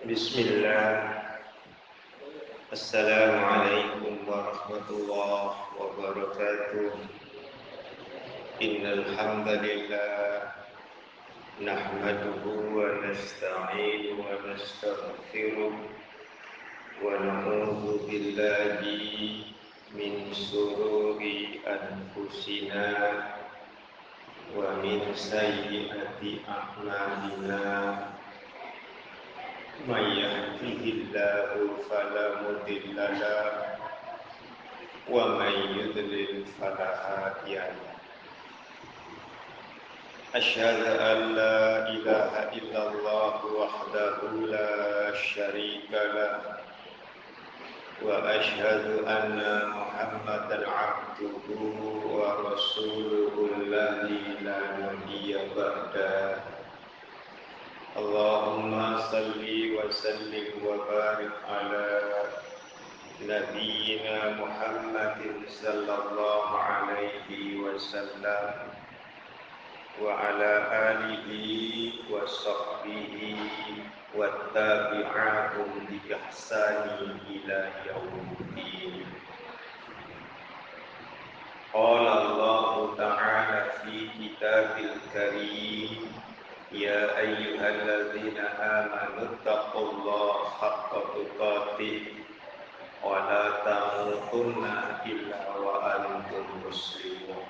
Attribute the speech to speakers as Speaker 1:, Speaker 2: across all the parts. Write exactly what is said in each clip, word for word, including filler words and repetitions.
Speaker 1: Bismillah. Assalamualaikum warahmatullahi wabarakatuh. Innal hamdalillah nahmaduhu wa nasta'inuhu wa nastaghfiruh wa na'udzu billahi min shururi anfusina wa min sayyiati a'malina. May yahdihillahu fala mudilla lahu wa may yudlil fala hadiya lahu. Asyhadu an la ilaha illallah wahdahu la syarika lahu wa asyhadu anna Muhammadan abduhu wa rasuluhu alladzi la nabiyya ba'dahu. Allahumma salli wa sallim wa barik ala nabiyyina Muhammadin sallallahu alaihi wasallam wa ala alihi wa sahbihi wa tabi'ahum bi ihsani ila yaumiddin. Qala Allah ta'ala fi kitabil karim, ya ayyuhalladzina amanu taqullaha haqqa tuqatih wa la tamutunna illa wa antum muslimun.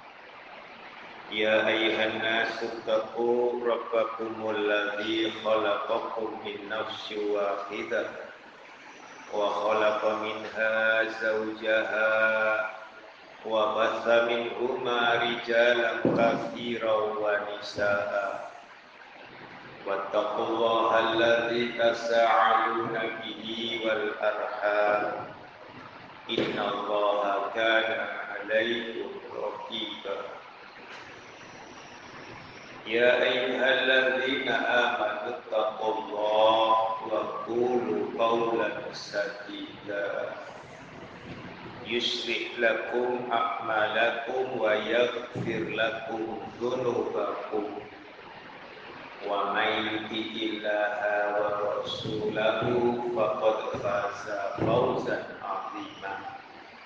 Speaker 1: Ya ayyuhan nasu taqu rabbakumul ladzi khalaqakum min nafsin wahidah wa khalaqa minha zawjaha wa batha minhuma rijalan katsiran wa nisaa'a. Wattaqullaha alladzi tasaaluna bihi wal arham, innallaha kana 'alaikum raqiba. Ya ayyuhalladzina amanu taqullaha wa qulu qawlan sadida yuslih lakum a'malakum wa yaghfir lakum dhunubakum. Wa may yuti'illaha wa rasulahu faqad faza fawzan 'azima.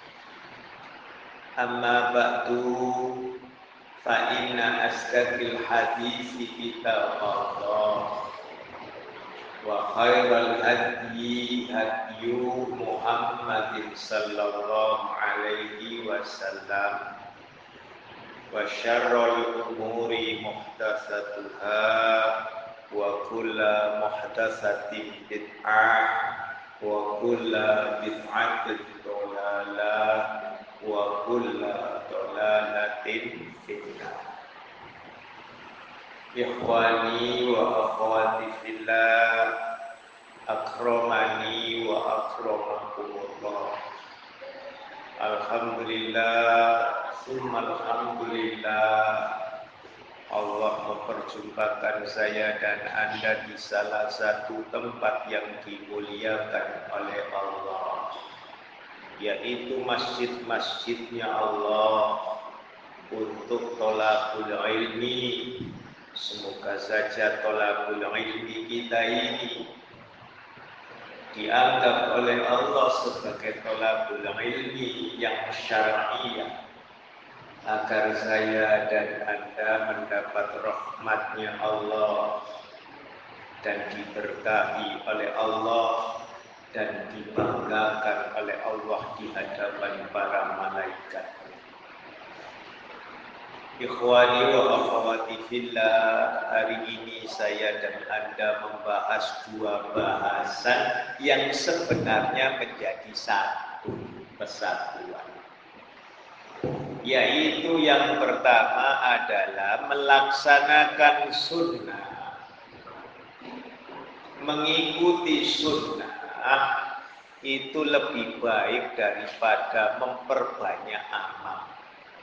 Speaker 1: Amma ba'du, fa inna asdaqil haditsi kitabullah wa khairal hadyi hadyu Muhammadin sallallahu alaihi wasallam wa syarrul umuri muhdatsatuha wa kullu muhdatsatin bid'ah wa kullu bid'atin dhalalah wa kullu dhalalatin finnar. Ikhwani wa akhwati fillah, akramani wa akramakumullah. Alhamdulillah, summa alhamdulillah, Allah memperjumpakan saya dan Anda di salah satu tempat yang dimuliakan oleh Allah, yaitu masjid-masjidnya Allah untuk thalabul ilmi. Semoga saja thalabul ilmi kita ini dianggap oleh Allah sebagai thalabul ilmi yang syar'iyah, agar saya dan Anda mendapat rahmatnya Allah dan diberkahi oleh Allah dan dibanggakan oleh Allah di hadapan para malaikat. Ikhwani wa akhwati fillah, hari ini saya dan Anda membahas dua bahasan yang sebenarnya menjadi satu kesatuan. Yaitu yang pertama adalah melaksanakan sunnah, mengikuti sunnah itu lebih baik daripada memperbanyak amal.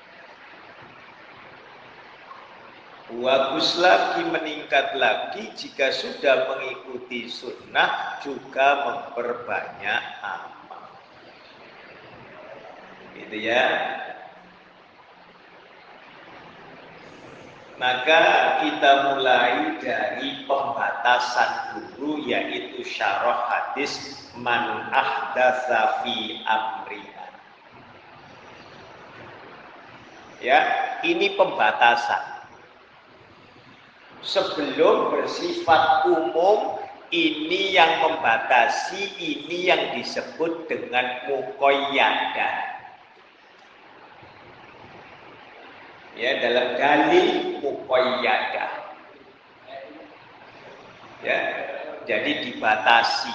Speaker 1: Bagus lagi, meningkat lagi jika sudah mengikuti sunnah juga memperbanyak amal. Gitu ya. Maka kita mulai dari pembatasan dulu, yaitu syarah hadis man ahdatsa fi amrina. Ya, ini pembatasan. Sebelum bersifat umum, ini yang membatasi, ini yang disebut dengan muqayyadah. Ya, dalam dalil muqayyadah. Ya, jadi dibatasi.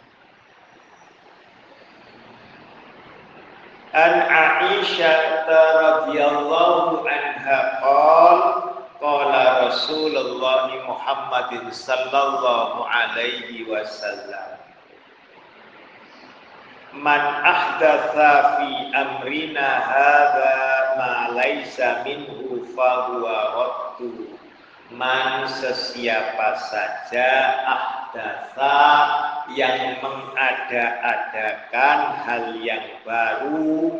Speaker 1: An Aisyah radhiyallahu anha qol qala Rasulullah Muhammadin sallallahu alaihi wasallam man ahdatsa fi amrina hadza ma laisa minhu fa huwa raddu. Man, sesiapa saja ahdatsa yang mengada-adakan hal yang baru.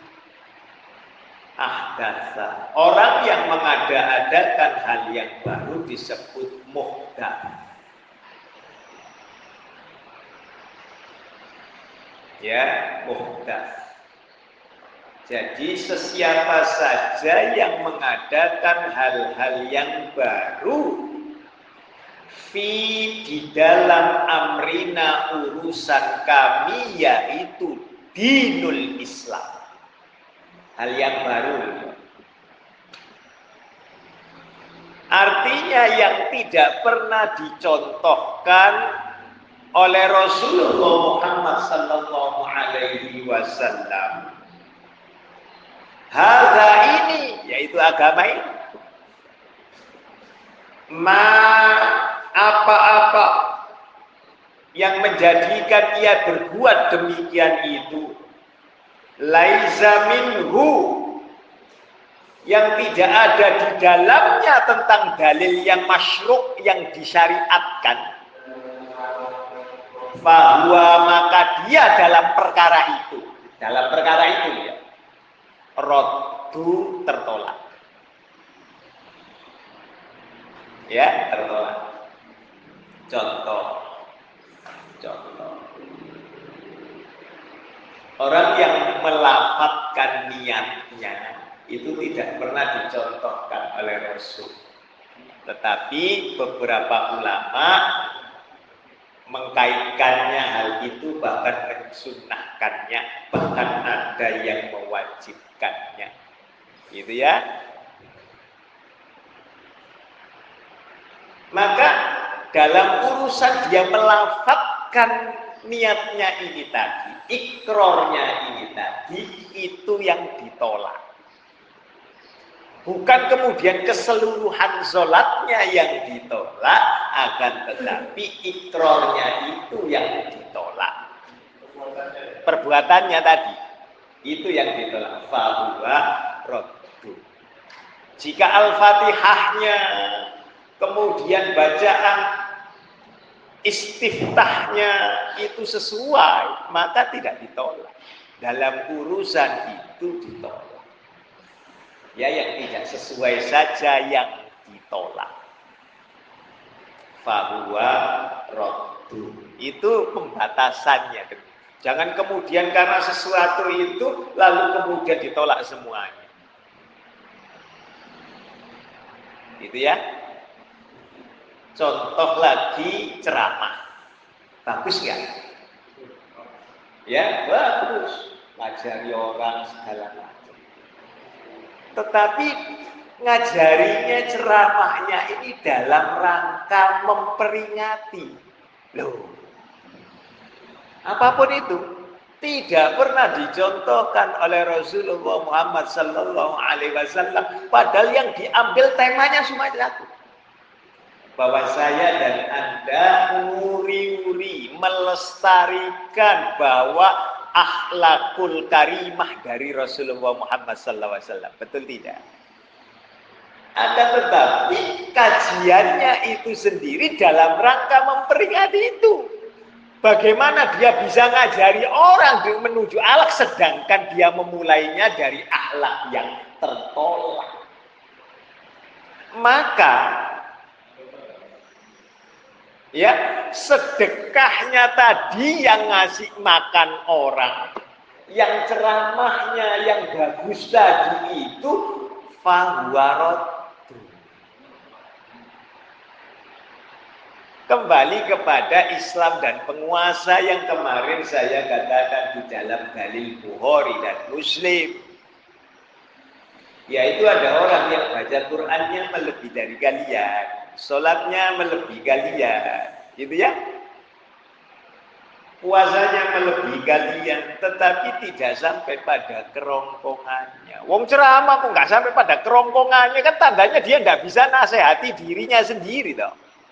Speaker 1: Ahdatsa, orang yang mengada-adakan hal yang baru disebut muhdats. Ya, muhdats. Jadi sesiapa saja yang mengadakan hal-hal yang baru fi di dalam amrina urusan kami, yaitu dinul Islam. Hal yang baru. Artinya yang tidak pernah dicontohkan oleh Rasulullah Muhammad sallallahu alaihi wasallam. Hadza ini, yaitu agama ini. Ma, apa-apa yang menjadikan ia berbuat demikian itu, laisa minhu, yang tidak ada di dalamnya tentang dalil yang masyru', yang disyariatkan, bahwa maka dia dalam perkara itu, dalam perkara itu ya, roddu, tertolak. Ya, tertolak. Contoh. Contoh. Orang yang melafadzkan niatnya itu tidak pernah dicontohkan oleh Rasul. Tetapi beberapa ulama mengkaitkannya hal itu, bahkan mensunnahkannya, bahkan ada yang mewajibkannya. Gitu ya. Maka dalam urusan dia melafadzkan niatnya ini tadi, ikrornya ini tadi, itu yang ditolak. Bukan kemudian keseluruhan sholatnya yang ditolak, akan tetapi ikrornya itu yang ditolak. Perbuatannya tadi, itu yang ditolak. Fahuwa raddu. Jika Al-Fatihahnya, kemudian bacaan istiftahnya itu sesuai, maka tidak ditolak. Dalam urusan itu ditolak. Ya, yang tidak sesuai saja yang ditolak. Fahuwa raddu. Itu pembatasannya. Jangan kemudian karena sesuatu itu lalu kemudian ditolak semuanya. Gitu ya. Contoh lagi ceramah. Bagus nggak? Ya, bagus. Ngajari orang segala macam. Tetapi ngajarinya, ceramahnya ini dalam rangka memperingati. Loh, apapun itu tidak pernah dicontohkan oleh Rasulullah Muhammad sallallahu alaihi wasallam. Padahal yang diambil temanya cuma satu. Bahwa saya dan Anda nguri-nguri melestarikan bahwa akhlakul karimah dari Rasulullah Muhammad sallallahu alaihi wasallam. Betul tidak? Akan tetapi kajiannya itu sendiri dalam rangka memperingati itu. Bagaimana dia bisa ngajari orang menuju akhlak sedangkan dia memulainya dari akhlak yang tertolak. Maka ya sedekahnya tadi yang ngasih makan orang, yang ceramahnya yang bagus tadi itu fahuwarot. Kembali kepada Islam dan penguasa yang kemarin saya katakan di dalam dalil Bukhari dan Muslim. Yaitu ada orang yang baca Qur'annya melebihi dari kalian, sholatnya melebihi kalian, gitu ya. Puasanya melebihi kalian, tetapi tidak sampai pada kerongkongannya. Wong ceramah kok nggak sampai pada kerongkongannya, kan tandanya dia nggak bisa nasihati dirinya sendiri toh.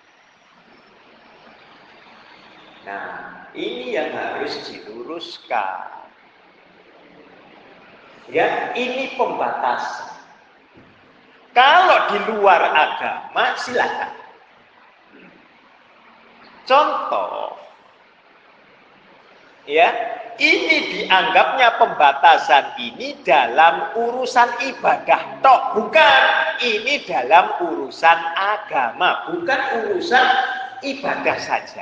Speaker 1: Nah, ini yang harus diluruskan. Ya, ini pembatasan. Kalau di luar agama silakan. Contoh, ya, ini dianggapnya pembatasan ini dalam urusan ibadah tok, bukan. Ini dalam urusan agama, bukan urusan ibadah saja.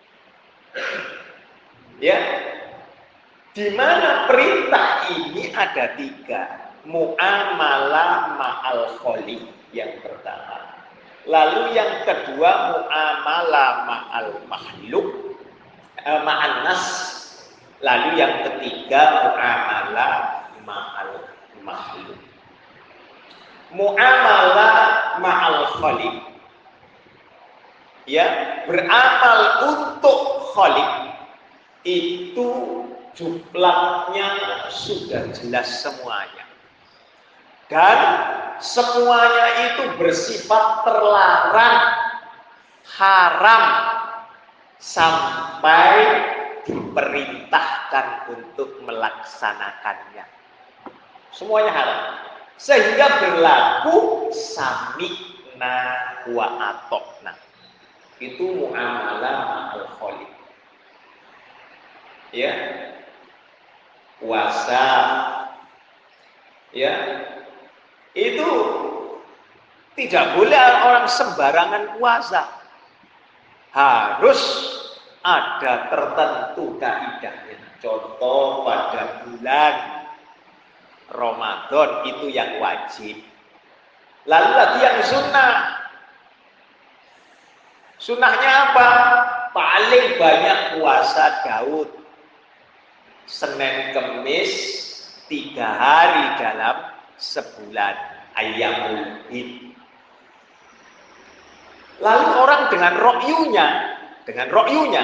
Speaker 1: Ya, di mana perintah ini ada tiga. Mu'amalah ma'al kholi yang pertama. Lalu yang kedua mu'amalah ma'al makhluk, eh, ma'al nas. Lalu yang ketiga mu'amalah ma'al makhluk. Mu'amalah ma'al kholi, ya, beramal untuk kholi itu jumlahnya sudah jelas semuanya. Dan semuanya itu bersifat terlarang, haram, sampai diperintahkan untuk melaksanakannya. Semuanya haram. Sehingga berlaku sami'na wa atokna. Itu muamalah ma'al kholi. Ya, puasa, ya, itu tidak boleh orang sembarangan puasa, harus ada tertentu kaidahnya. Contoh pada bulan Ramadan itu yang wajib, lalu lagi yang sunnah. Sunnahnya apa? Paling banyak puasa Daud, Senin Kemis tiga hari dalam sebulan, ayyamul bid. Lalu orang dengan rokyunya, dengan rokyunya,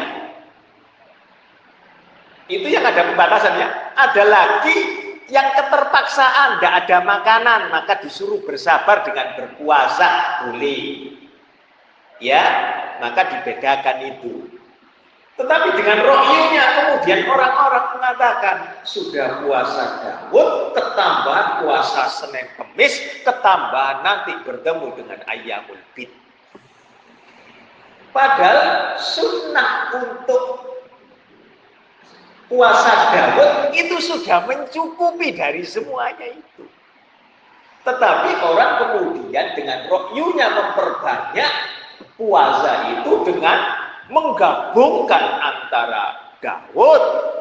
Speaker 1: itu yang ada pembatasannya. Ada lagi yang keterpaksaan, tidak ada makanan, maka disuruh bersabar dengan berpuasa, boleh. Ya, maka dibedakan itu. Tetapi dengan rohyunya kemudian orang-orang mengatakan sudah puasa Daud, ketambahan puasa Senin Kemis, ketambahan nanti bertemu dengan ayyamul bid. Padahal sunnah untuk puasa Daud itu sudah mencukupi dari semuanya itu. Tetapi orang kemudian dengan rohyunya memperbanyak puasa itu dengan menggabungkan antara Daud,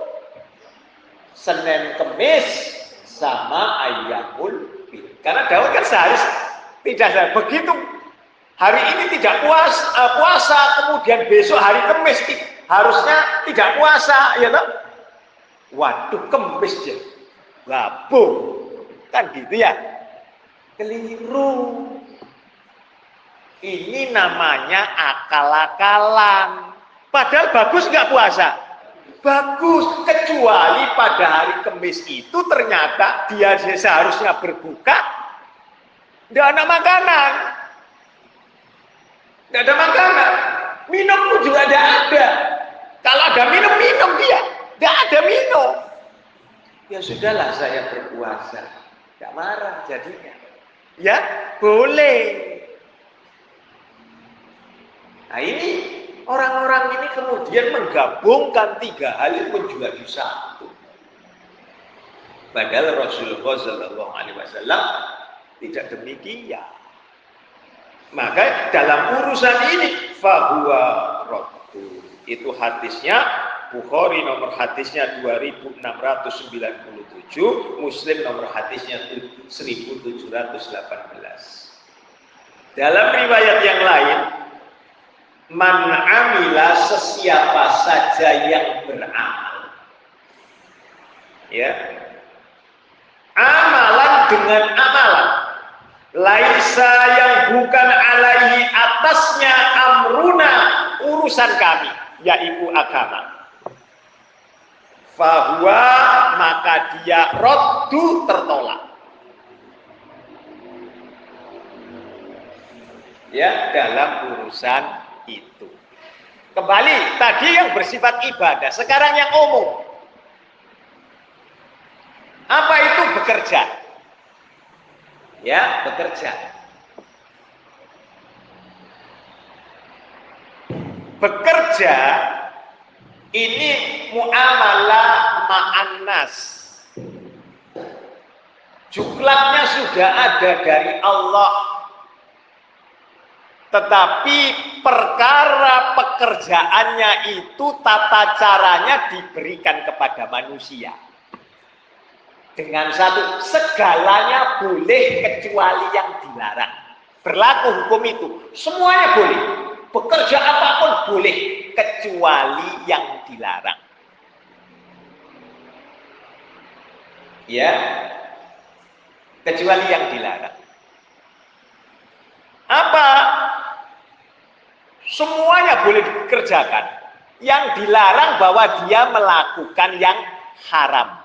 Speaker 1: Senin Kemis sama ayyamul bid. Karena Daud kan sehari tidak sehari. Begitu hari ini tidak puasa, uh, puasa kemudian besok hari Kemis harusnya tidak puasa, ya toh? Waduh, Kemis dia gabung, kan gitu ya? Keliru. Ini namanya akal-akalan. Padahal bagus nggak puasa? Bagus, kecuali pada hari Kemis itu ternyata dia seharusnya berbuka, tidak ada makanan, tidak ada makanan, minum pun juga tidak ada. Kalau ada minum, minum dia, tidak ada minum. Ya sudahlah, saya berpuasa, tidak marah jadinya. Ya boleh. Nah ini orang-orang ini kemudian menggabungkan tiga hal itu menjadi satu. Padahal Rasulullah Shallallahu Alaihi Wasallam tidak demikian. Maka dalam urusan ini fahuwa raddu. Itu hadisnya Bukhari nomor hadisnya dua ribu enam ratus sembilan puluh tujuh, Muslim nomor hadisnya seribu tujuh ratus delapan belas. Dalam riwayat yang lain, man amila, sesiapa saja yang beramal, ya, amalan dengan amalan, laisa, yang bukan alaihi, atasnya, amruna, urusan kami, yaitu agama, fahuwa, maka dia roddu, tertolak. Ya, dalam urusan itu. Kembali tadi yang bersifat ibadah, sekarang yang umum. Apa itu bekerja? Ya, bekerja. Bekerja ini muamalah ma'annas. Juklatnya sudah ada dari Allah. Tetapi perkara pekerjaannya itu tata caranya diberikan kepada manusia. Dengan satu, segalanya boleh kecuali yang dilarang. Berlaku hukum itu, semuanya boleh. Bekerja apapun boleh kecuali yang dilarang. Ya, kecuali yang dilarang. Apa? Semuanya boleh dikerjakan. Yang dilarang bahwa dia melakukan yang haram.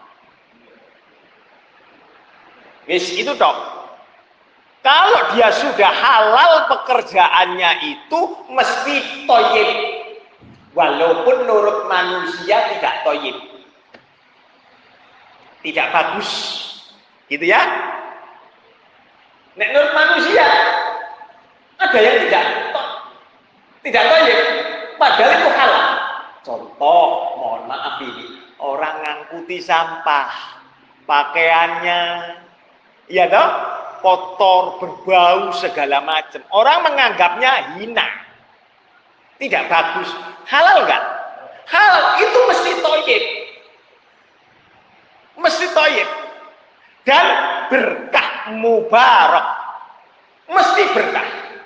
Speaker 1: Wis itu dong. Kalau dia sudah halal pekerjaannya itu mesti toyib. Walaupun menurut manusia tidak toyib. Tidak bagus. Gitu ya. Nek menurut manusia ada yang tidak tidak toyib. Padahal itu halal. Contoh, mohon maaf ini. Orang ngangkuti sampah. Pakaiannya, ya toh, kotor, berbau, segala macam. Orang menganggapnya hina. Tidak bagus. Halal enggak? Halal, itu mesti toyib. Mesti toyib. Dan berkah, mubarak. Mesti berkah.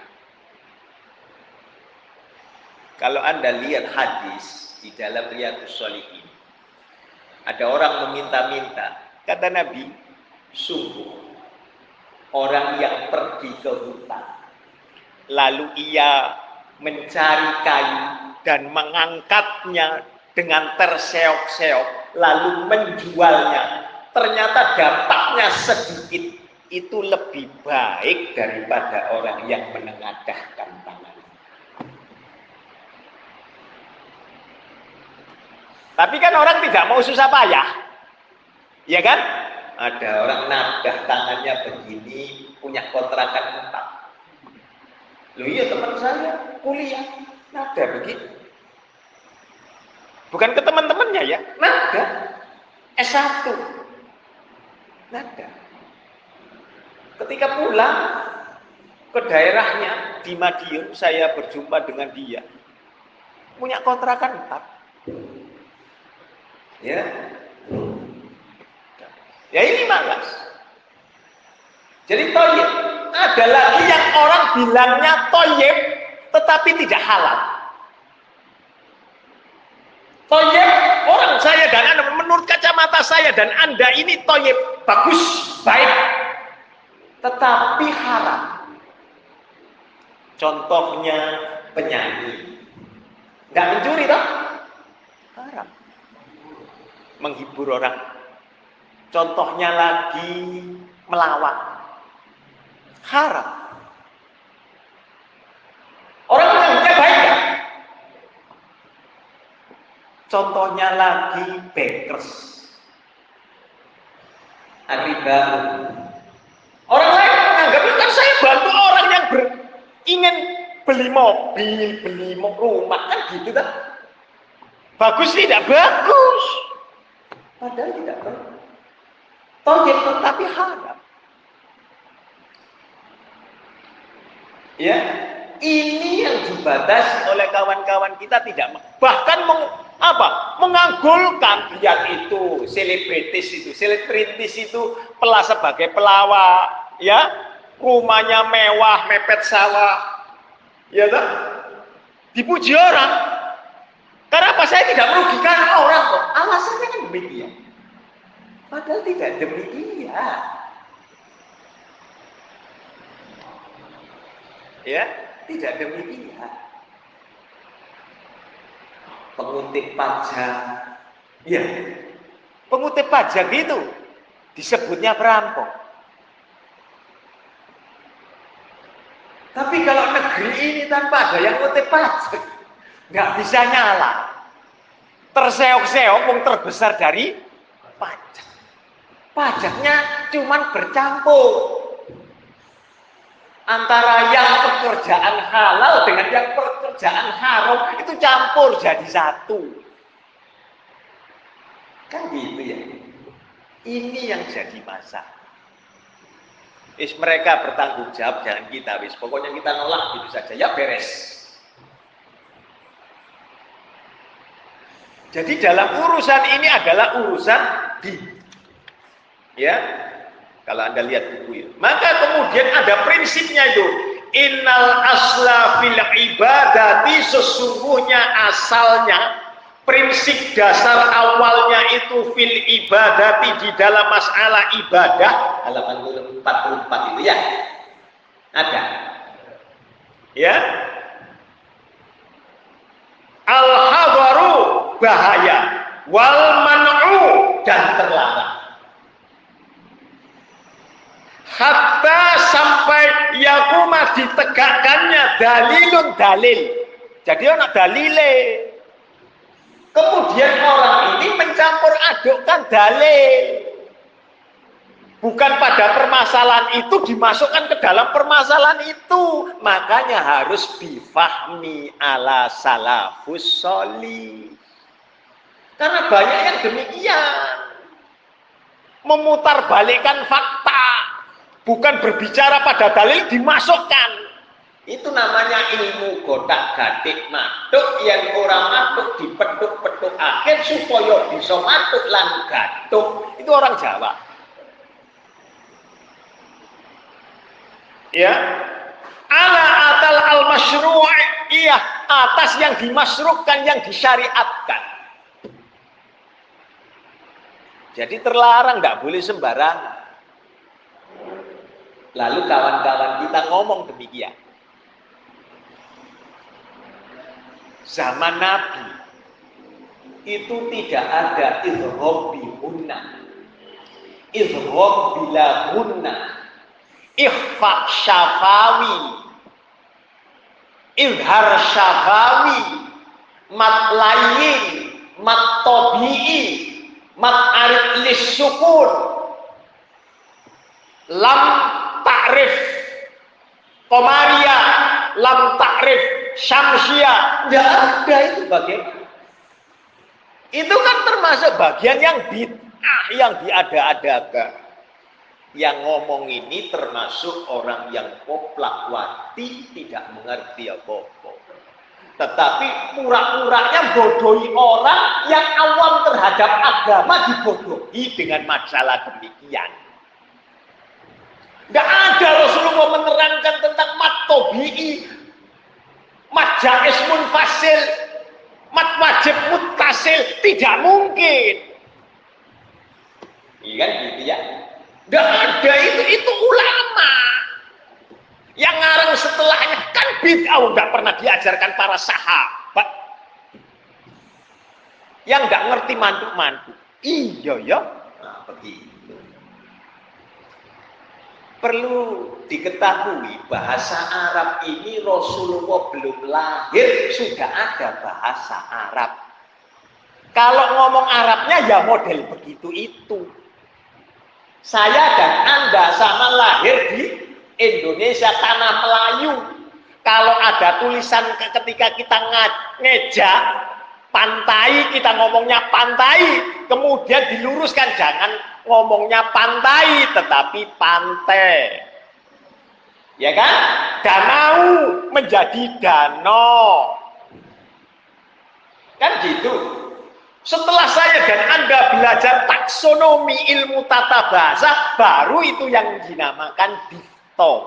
Speaker 1: Kalau Anda lihat hadis di dalam Riyadhus Shalihin, ada orang meminta-minta. Kata Nabi, sungguh orang yang pergi ke hutan, lalu ia mencari kayu dan mengangkatnya dengan terseok-seok, lalu menjualnya. Ternyata dapatnya sedikit, itu lebih baik daripada orang yang menengadahkan tangan. Tapi kan orang tidak mau susah payah. Ya kan? Ada orang nadah tangannya begini, punya kontrakan empat. Loh iya, teman saya kuliah nadah begini. Bukan ke teman-temannya ya, nadah S satu. Nadah. Ketika pulang ke daerahnya di Madiun, saya berjumpa dengan dia. Punya kontrakan empat. Ya. Ya ini malas. Jadi toyib. Ada lagi yang orang bilangnya toyib, tetapi tidak halal. Toyib, orang saya dan Anda, menurut kacamata saya dan Anda ini toyib, bagus, baik. Tetapi haram. Contohnya penyanyi. Tidak mencuri toh? Haram. Menghibur orang. Contohnya lagi melawat. Haram. Orang menganggapnya baik ya? Contohnya lagi bankers. Riba. Orang lain menganggapnya kan saya bantu orang yang ber, ingin beli mobil, beli rumah, kan gitu kan? Bagus tidak? Bagus. Padahal tidak bagus. Toyib tetapi haram. Ya, ini yang dibatasi oleh kawan-kawan kita tidak, bahkan meng, apa? Menganggulkan yang itu selebritis itu, selebritis itu pelah sebagai pelawak, ya, rumahnya mewah, mepet sawah, ya tak? Dipuji orang. Karena apa? Saya tidak merugikan orang kok. Alasannya kan demikian. Padahal tidak demikian. Ya, tidak demikian. Pengutip pajak, ya, pengutip pajak itu disebutnya perampok. Tapi kalau negeri ini tanpa ada yang ngutip pajak, nggak bisa nyala. Terseok-seok yang terbesar dari pajak. Pajaknya cuman bercampur antara yang pekerjaan halal dengan yang pekerjaan haram, itu campur jadi satu. Kan gitu ya. Ini yang jadi masalah. Is mereka bertanggung jawab, jangan kita wis. Pokoknya kita nolak gitu saja, ya beres. Jadi dalam urusan ini adalah urusan di, ya. Kalau Anda lihat buku itu. Maka kemudian ada prinsipnya itu. Innal asla fil ibadati, sesungguhnya asalnya, prinsip dasar awalnya itu fil ibadati, di dalam masalah ibadah, halaman empat puluh empat itu ya. Ada. Ya. Al-hadaru, bahaya, wal man'u, dan terlarang. Hatta sampai yakuma, ditegakkannya dalilun, dalil. Jadi anak dalile. Kemudian orang ini mencampur adukkan dalil. Bukan pada permasalahan itu dimasukkan ke dalam permasalahan itu. Makanya harus difahmi ala salafus sholih. Karena banyak yang demikian. Memutarbalikkan fakta. Bukan berbicara pada dalil dimasukkan. Itu namanya ilmu godak gadik matuk, yang orang matuk dipeduk-peduk akhir supaya bisa matuk lan gatuk. Itu orang Jawa. Ya. Ala atal al-masyru', iya, atas yang dimasruhkan, yang disyariatkan. Jadi terlarang, tidak boleh sembarangan. Lalu kawan-kawan kita ngomong demikian. Zaman Nabi itu tidak ada idhram bihunna, idhram bilahunna, ikhfa syafawi, izhar syafawi, mat layin, mat tobi'i, mat arid lis sukun, lam ta'rif Komaria, lam ta'rif Syamsia. Tidak ada itu bagaimana. Itu kan termasuk bagian yang bid'ah, yang diada-adakan. Yang ngomong ini termasuk orang yang poplak wati, tidak mengerti apa-apa. Tetapi pura-puranya bodohi orang yang awam terhadap agama, dibodohi dengan masalah demikian. Tidak ada Rasulullah menerangkan tentang mat tobi'i, mat jaiz munfasil, mat wajib muttasil. Tidak mungkin. Iya kan gitu ya. Tidak ada itu, itu ulama. Yang ngarang setelahnya kan bid'ah, tidak pernah diajarkan para sahabat. Yang nggak ngerti mantu-mantu. Iya ya. Nah, begitu. Perlu diketahui bahasa Arab ini Rasulullah belum lahir sudah ada bahasa Arab. Kalau ngomong Arabnya ya model begitu itu. Saya dan Anda sama lahir di Indonesia, tanah Melayu. Kalau ada tulisan ketika kita ngejak pantai, kita ngomongnya pantai, kemudian diluruskan, jangan ngomongnya pantai tetapi pantai. Ya kan? Danau menjadi danau. Kan gitu. Setelah saya dan Anda belajar taksonomi ilmu tata bahasa, baru itu yang dinamakan diftong.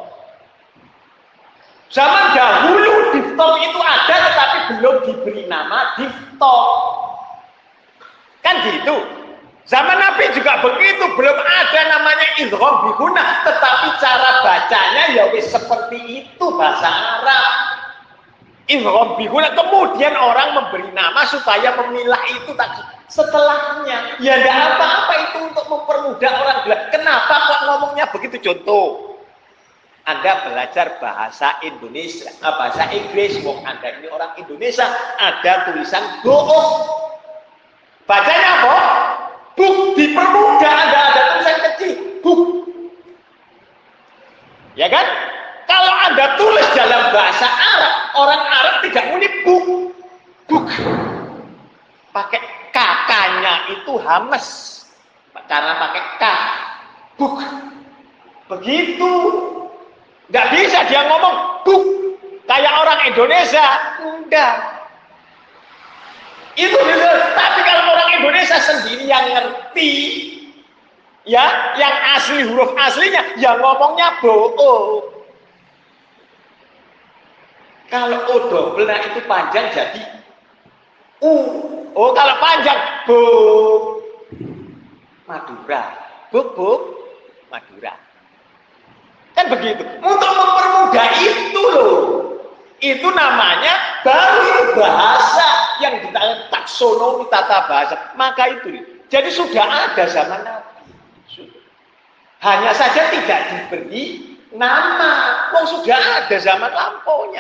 Speaker 1: Zaman dahulu diftong itu ada tetapi belum diberi nama diftong. Kan gitu. Zaman Nabi juga begitu, belum ada namanya idgham bihunah, tetapi cara bacanya ya wis seperti itu bahasa Arab. Idgham bihunah, kemudian orang memberi nama supaya memilah itu tadi setelahnya. Ya enggak apa-apa itu untuk mempermudah orang belajar. Kenapa kok ngomongnya begitu? Contoh, Anda belajar bahasa Indonesia, bahasa Inggris, wong Anda ini orang Indonesia, ada tulisan bohong. Bacanya apa? Buk, dipermudah, Anda ada tulisan kecil, buk. Ya kan? Kalau Anda tulis dalam bahasa Arab, orang Arab tidak muni buk, buk. Pakai kakaknya itu hames, karena pakai k, buk. Begitu. Nggak bisa dia ngomong buk, kayak orang Indonesia. Enggak. Itu betul. Tapi kalau orang Indonesia sendiri yang ngerti, ya, yang asli huruf aslinya, ya ngomongnya bohong. Kalau o double nah itu panjang jadi u. Oh kalau panjang bo, Madura, buk buk Madura. Kan begitu. Untuk mempermudah itu loh. Itu namanya baru bahasa yang ditanya taksonomi tata bahasa. Maka itu, jadi sudah ada zaman Nabi. Sudah. Hanya saja tidak diberi nama. Oh sudah ada zaman lampaunya.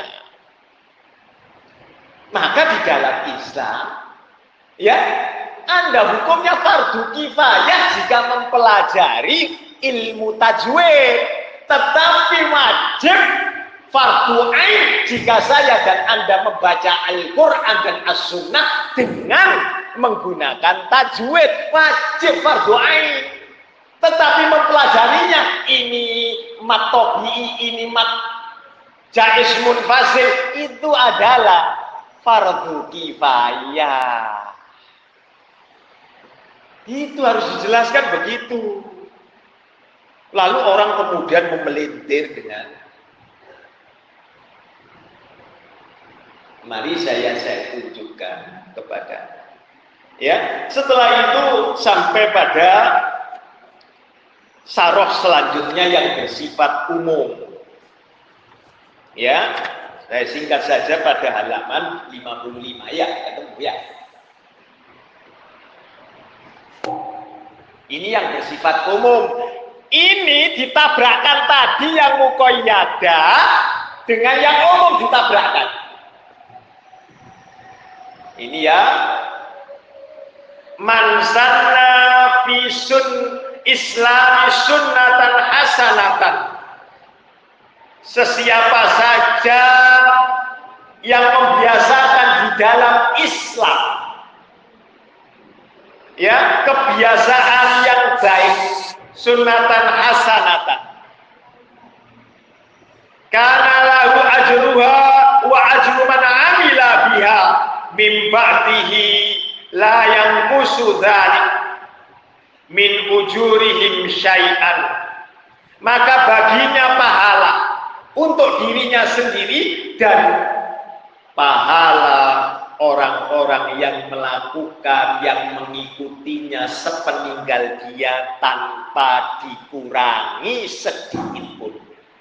Speaker 1: Maka di dalam Islam, ya, Anda hukumnya fardu kifayah jika mempelajari ilmu tajwid, tetapi wajib fardu ain jika saya dan Anda membaca Al-Quran dan As-Sunnah dengan menggunakan tajwid. Wajib fardu ain. Tetapi mempelajarinya, ini mat tobi'i, ini mat jaiz munfasil, itu adalah fardu kifayah. Itu harus dijelaskan begitu. Lalu orang kemudian memelintir dengan, mari saya saya tunjukkan kepada, ya. Setelah itu sampai pada saroh selanjutnya yang bersifat umum. Ya, saya singkat saja pada halaman lima puluh lima ya, ketemu ya. Ini yang bersifat umum. Ini ditabrakkan tadi yang muqayyada dengan yang umum ditabrakkan. Ini ya, man sanna fi sun islami sunnatan hasanatan. Sesiapa saja yang membiasakan di dalam Islam, ya, kebiasaan yang baik, sunnatan hasanatan, kana lahu ajruha wa ajru man amila biha min ba'dihi la yanqusu dzalik min ujurihim syai'an. Maka baginya pahala untuk dirinya sendiri dan pahala orang-orang yang melakukan, yang mengikutinya sepeninggal dia tanpa dikurangi sedikit pun.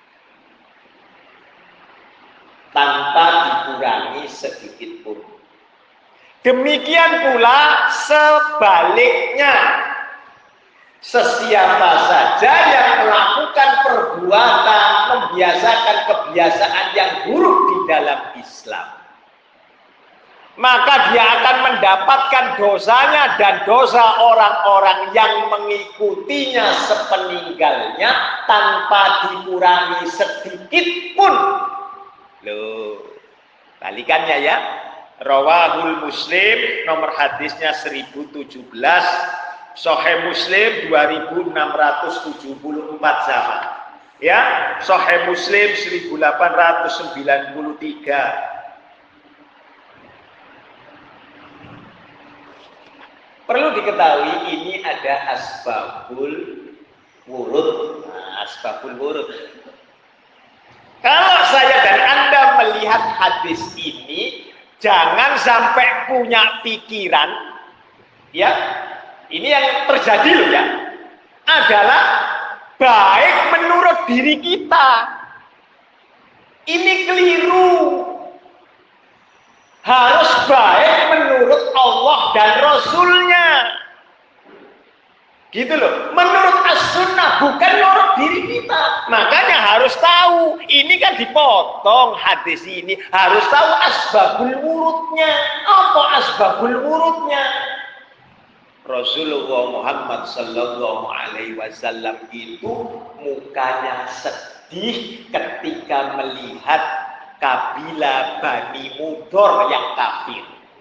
Speaker 1: Tanpa dikurangi sedikit pun. Demikian pula sebaliknya. Sesiapa saja yang melakukan perbuatan, membiasakan kebiasaan yang buruk di dalam Islam, maka dia akan mendapatkan dosanya dan dosa orang-orang yang mengikutinya sepeninggalnya tanpa dikurangi sedikit pun. Loh, balikannya ya. Rawahul Muslim, nomor hadisnya seribu tujuh belas, Sahih Muslim dua ribu enam ratus tujuh puluh empat sama. Ya, Sahih Muslim seribu delapan ratus sembilan puluh tiga. Perlu diketahui ini ada asbabul wurud. Nah, asbabul wurud. Kalau saya dan Anda melihat hadis ini, jangan sampai punya pikiran, ya, ini yang terjadi loh ya, adalah baik menurut diri kita. Ini keliru. Harus baik menurut Allah dan Rasulnya. Gitu loh. Menurut as-sunnah, bukan menurut diri kita. Makanya harus tahu. Ini kan dipotong hadis ini. Harus tahu asbabul wurudnya. Apa asbabul wurudnya? Rasulullah Muhammad sallallahu alaihi wasallam itu mukanya sedih ketika melihat kabilah Bani Mudor yang kafir.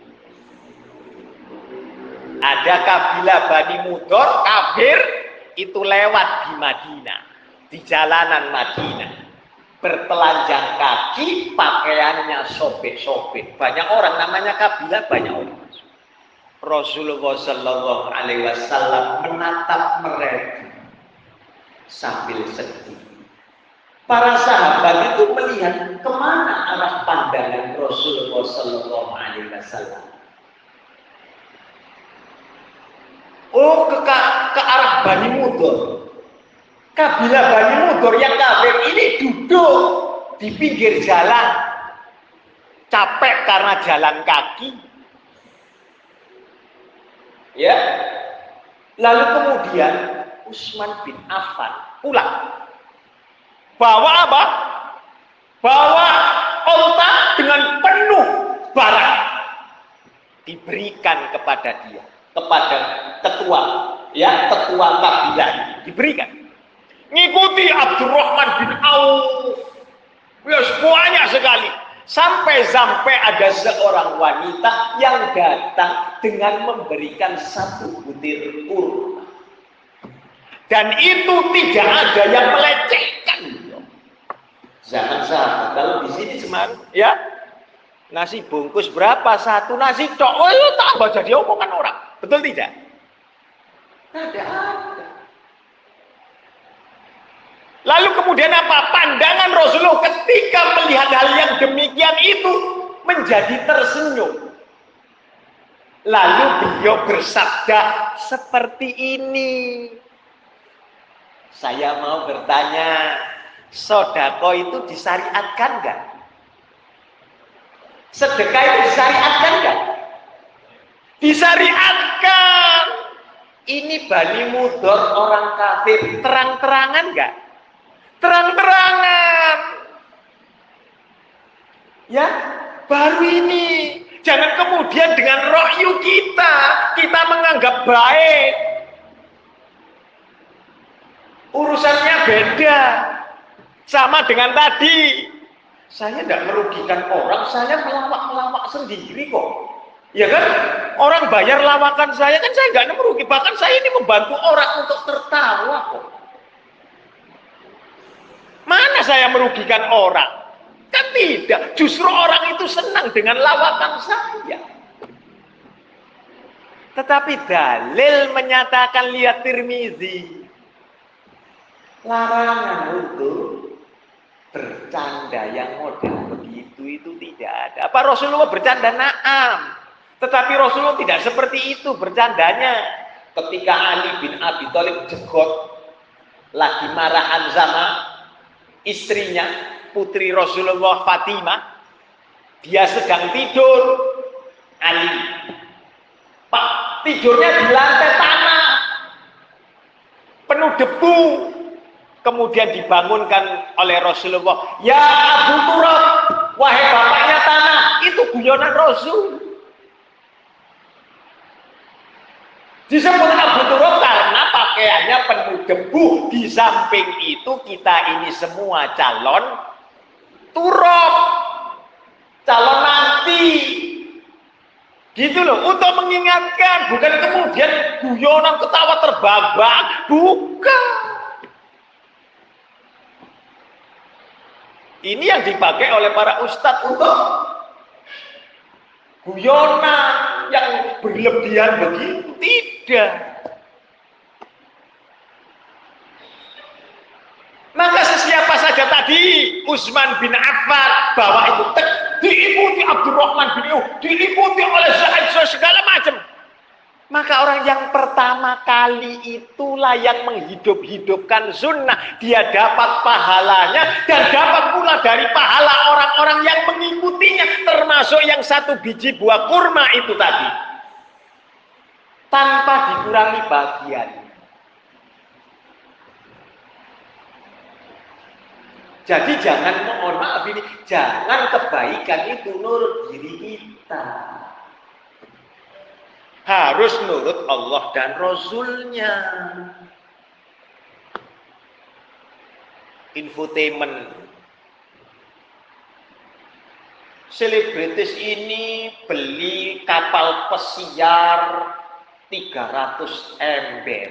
Speaker 1: Ada kabilah Bani Mudor kafir itu lewat di Madinah, di jalanan Madinah, bertelanjang kaki, pakaiannya sobek-sobek. Banyak orang namanya kabilah, banyak orang. Rasulullah Sallallahu Alaihi Wasallam menatap mereka sambil sedih. Para sahabat itu melihat kemana arah pandangan Rasulullah Sallallahu Alaihi Wasallam. Oh, ke, ke arah Bani Mudor. Kabilah Bani Mudor yang kafir ini duduk di pinggir jalan, capek karena jalan kaki. Ya, lalu kemudian Utsman bin Affan pulang. Bawa apa? Bawa onta dengan penuh barang. Diberikan kepada dia, kepada ketua, ya, ketua kabilah diberikan. Ngikuti Abdurrahman bin Auf. Ya, banyak sekali. Sampai-sampai ada seorang wanita yang datang dengan memberikan satu butir kurma. Dan itu tidak ada yang melecehkan. Zaman sahabat, kalau di sini Semarang, ya, nasi bungkus berapa? Satu nasi tok. Oh, itu tambah jadi omongan orang. Betul tidak? Tidak ada. Lalu kemudian apa? Pandangan Rasulullah ketika melihat hal yang demikian itu menjadi tersenyum. Lalu beliau bersabda seperti ini. Saya mau bertanya, sodako itu disyariatkan enggak? Sedekah itu disyariatkan enggak? Disyariatkan. Ini Bani Mudor orang kafir, terang-terangan enggak? Terang-terangan. Ya, baru ini. Jangan kemudian dengan ra'yu kita, kita menganggap baik. Urusannya beda. Sama dengan tadi. Saya tidak merugikan orang, saya melawak-melawak sendiri kok. Ya kan? Orang bayar lawakan saya, kan saya nggak merugi. Bahkan saya ini membantu orang untuk tertawa kok. Mana saya merugikan orang? Kan tidak. Justru orang itu senang dengan lawakan saya. Tetapi dalil menyatakan, lihat Tirmizi, larangan untuk bercanda yang model begitu itu tidak ada. Apa Rasulullah bercanda? Naam. Tetapi Rasulullah tidak seperti itu bercandanya. Ketika Ali bin Abi Thalib jegot lagi marahan sama istrinya, putri Rasulullah Fatimah, dia sedang tidur. Ali, Pak, tidurnya di lantai tanah, penuh debu. Kemudian dibangunkan oleh Rasulullah. Ya Abu Turab, wahai bapaknya tanah, itu guyonan Rasul. Disebut Abu Turab karena pakaiannya penuh debu. Di samping itu kita ini semua calon turab, calon nanti. Gitu loh, untuk mengingatkan, bukan kemudian guyonan ketawa terbabak, bukan. Ini yang dipakai oleh para ustadz untuk guyonan yang berlebihan begitu. Tidak. Maka sesiapa saja tadi Utsman bin Affan bawa itu tek, diikuti Abdurrahman bin Auf, diikuti oleh Zaid segala macam. Maka orang yang pertama kali itulah yang menghidup-hidupkan sunnah. Dia dapat pahalanya dan dapat pula dari pahala orang-orang yang mengikutinya, termasuk yang satu biji buah kurma itu tadi, tanpa dikurangi bagian. Jadi jangan, mohon maaf ini, jangan kebaikan itu nurut diri kita. Harus nurut Allah dan Rasulnya. Infotainment. Selebritis ini beli kapal pesiar tiga ratus ember.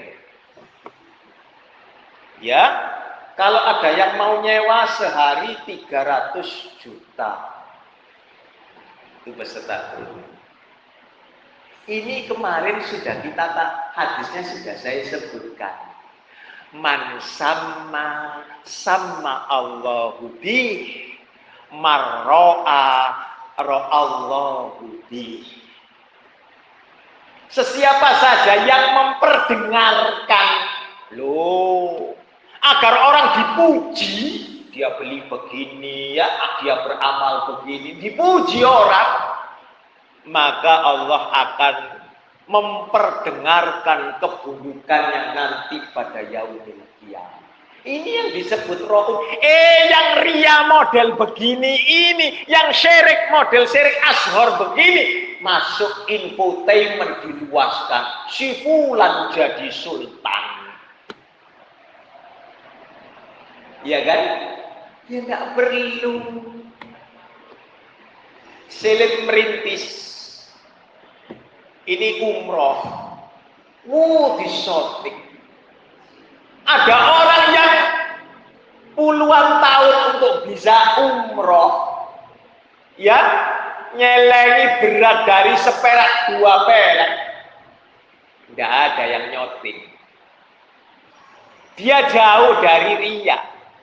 Speaker 1: Ya, kalau ada yang mau nyewa sehari tiga ratus juta. Itu peserta dulu. Ini kemarin sudah kita, hadisnya sudah saya sebutkan. Man sama sama Allahu bi marro'a ro'allahu bi. Sesiapa saja yang memperdengarkan, loh, agar orang dipuji, dia beli begini, ya, dia beramal begini, dipuji orang, maka Allah akan memperdengarkan keburukannya nanti pada yaumil qiyamah. Ini yang disebut ro'un. Eh, yang ria model begini ini, yang syirik model syirik ashor begini, masuk infotainment diluaskan. Si fulan jadi sultan. Ya kan? Ya nggak perlu. Seleb merintis. Ini umroh, wuh disotik. Ada orang yang puluhan tahun untuk bisa umroh, ya, nyelengi berat dari seperak dua perak, tidak ada yang nyoting. Dia jauh dari riya.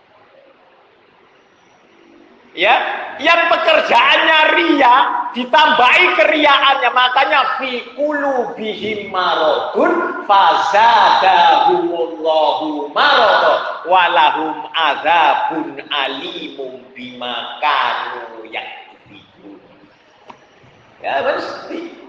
Speaker 1: Ya, yang pekerjaannya ria ditambahi keriaannya, makanya fi qulubihim maradun fazadahumullahu marad walahum adzabun alimum bima kanu yaktubun. Ya mesti.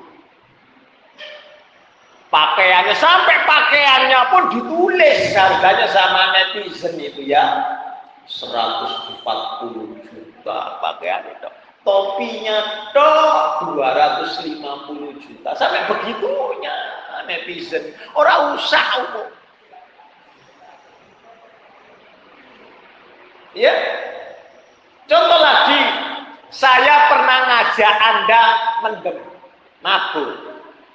Speaker 1: Pakaiannya, sampai pakaiannya pun ditulis harganya sama netizen itu ya, seratus empat puluh juta pakaian itu. Topinya toh dua ratus lima puluh juta. Sampai begitunya netizen. Orang usah umum. Ya. Contoh lagi, saya pernah ngajak Anda mendem, mabuk.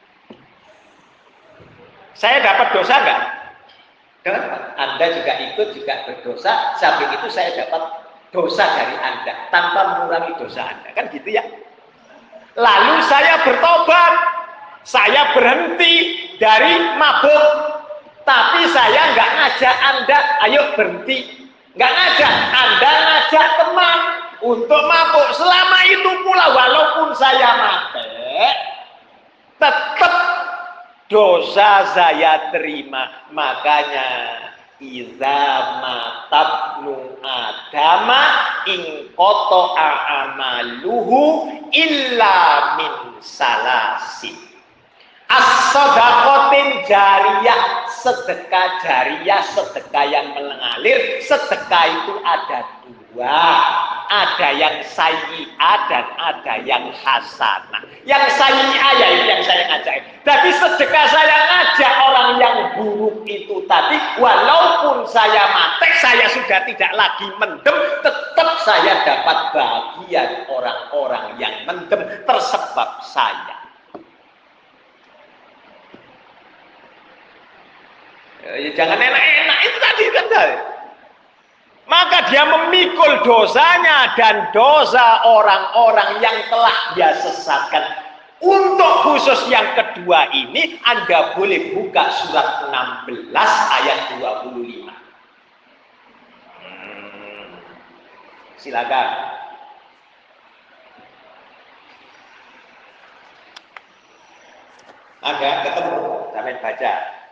Speaker 1: Saya dapat dosa enggak? Dapat. Anda juga ikut juga berdosa. Samping itu saya dapat dosa dari Anda tanpa mengurangi dosa Anda. Kan gitu ya. Lalu saya bertobat. Saya berhenti dari mabuk. Tapi saya enggak ngajak Anda, ayo berhenti. Enggak ngajak. Anda ngajak teman untuk mabuk. Selama itu pula walaupun saya mabuk, tetap dosa saya terima. Makanya iza matabnu adama in qata'a amaluhu illa min salasin. As-sadaqatin jariyah, sedekah jariyah, sedekah yang mengalir. Sedekah itu ada dua, ada yang sayyi'ah dan ada yang hasanah. Yang sayyi'ah ya ini yang saya ngajak. Tapi sedekah saya ngajak orang yang buruk itu tadi, walaupun saya mati, saya sudah tidak lagi mendem, tetap saya dapat bagian orang-orang yang mendem tersebab saya. Ya, jangan enak-enak itu tadi kan. maka dia memikul dosanya dan dosa orang-orang yang telah dia sesatkan. Untuk khusus yang kedua ini, Anda boleh buka surat enam belas ayat dua puluh lima. Hmm. Silakan. Ada ketemu, sampai baca.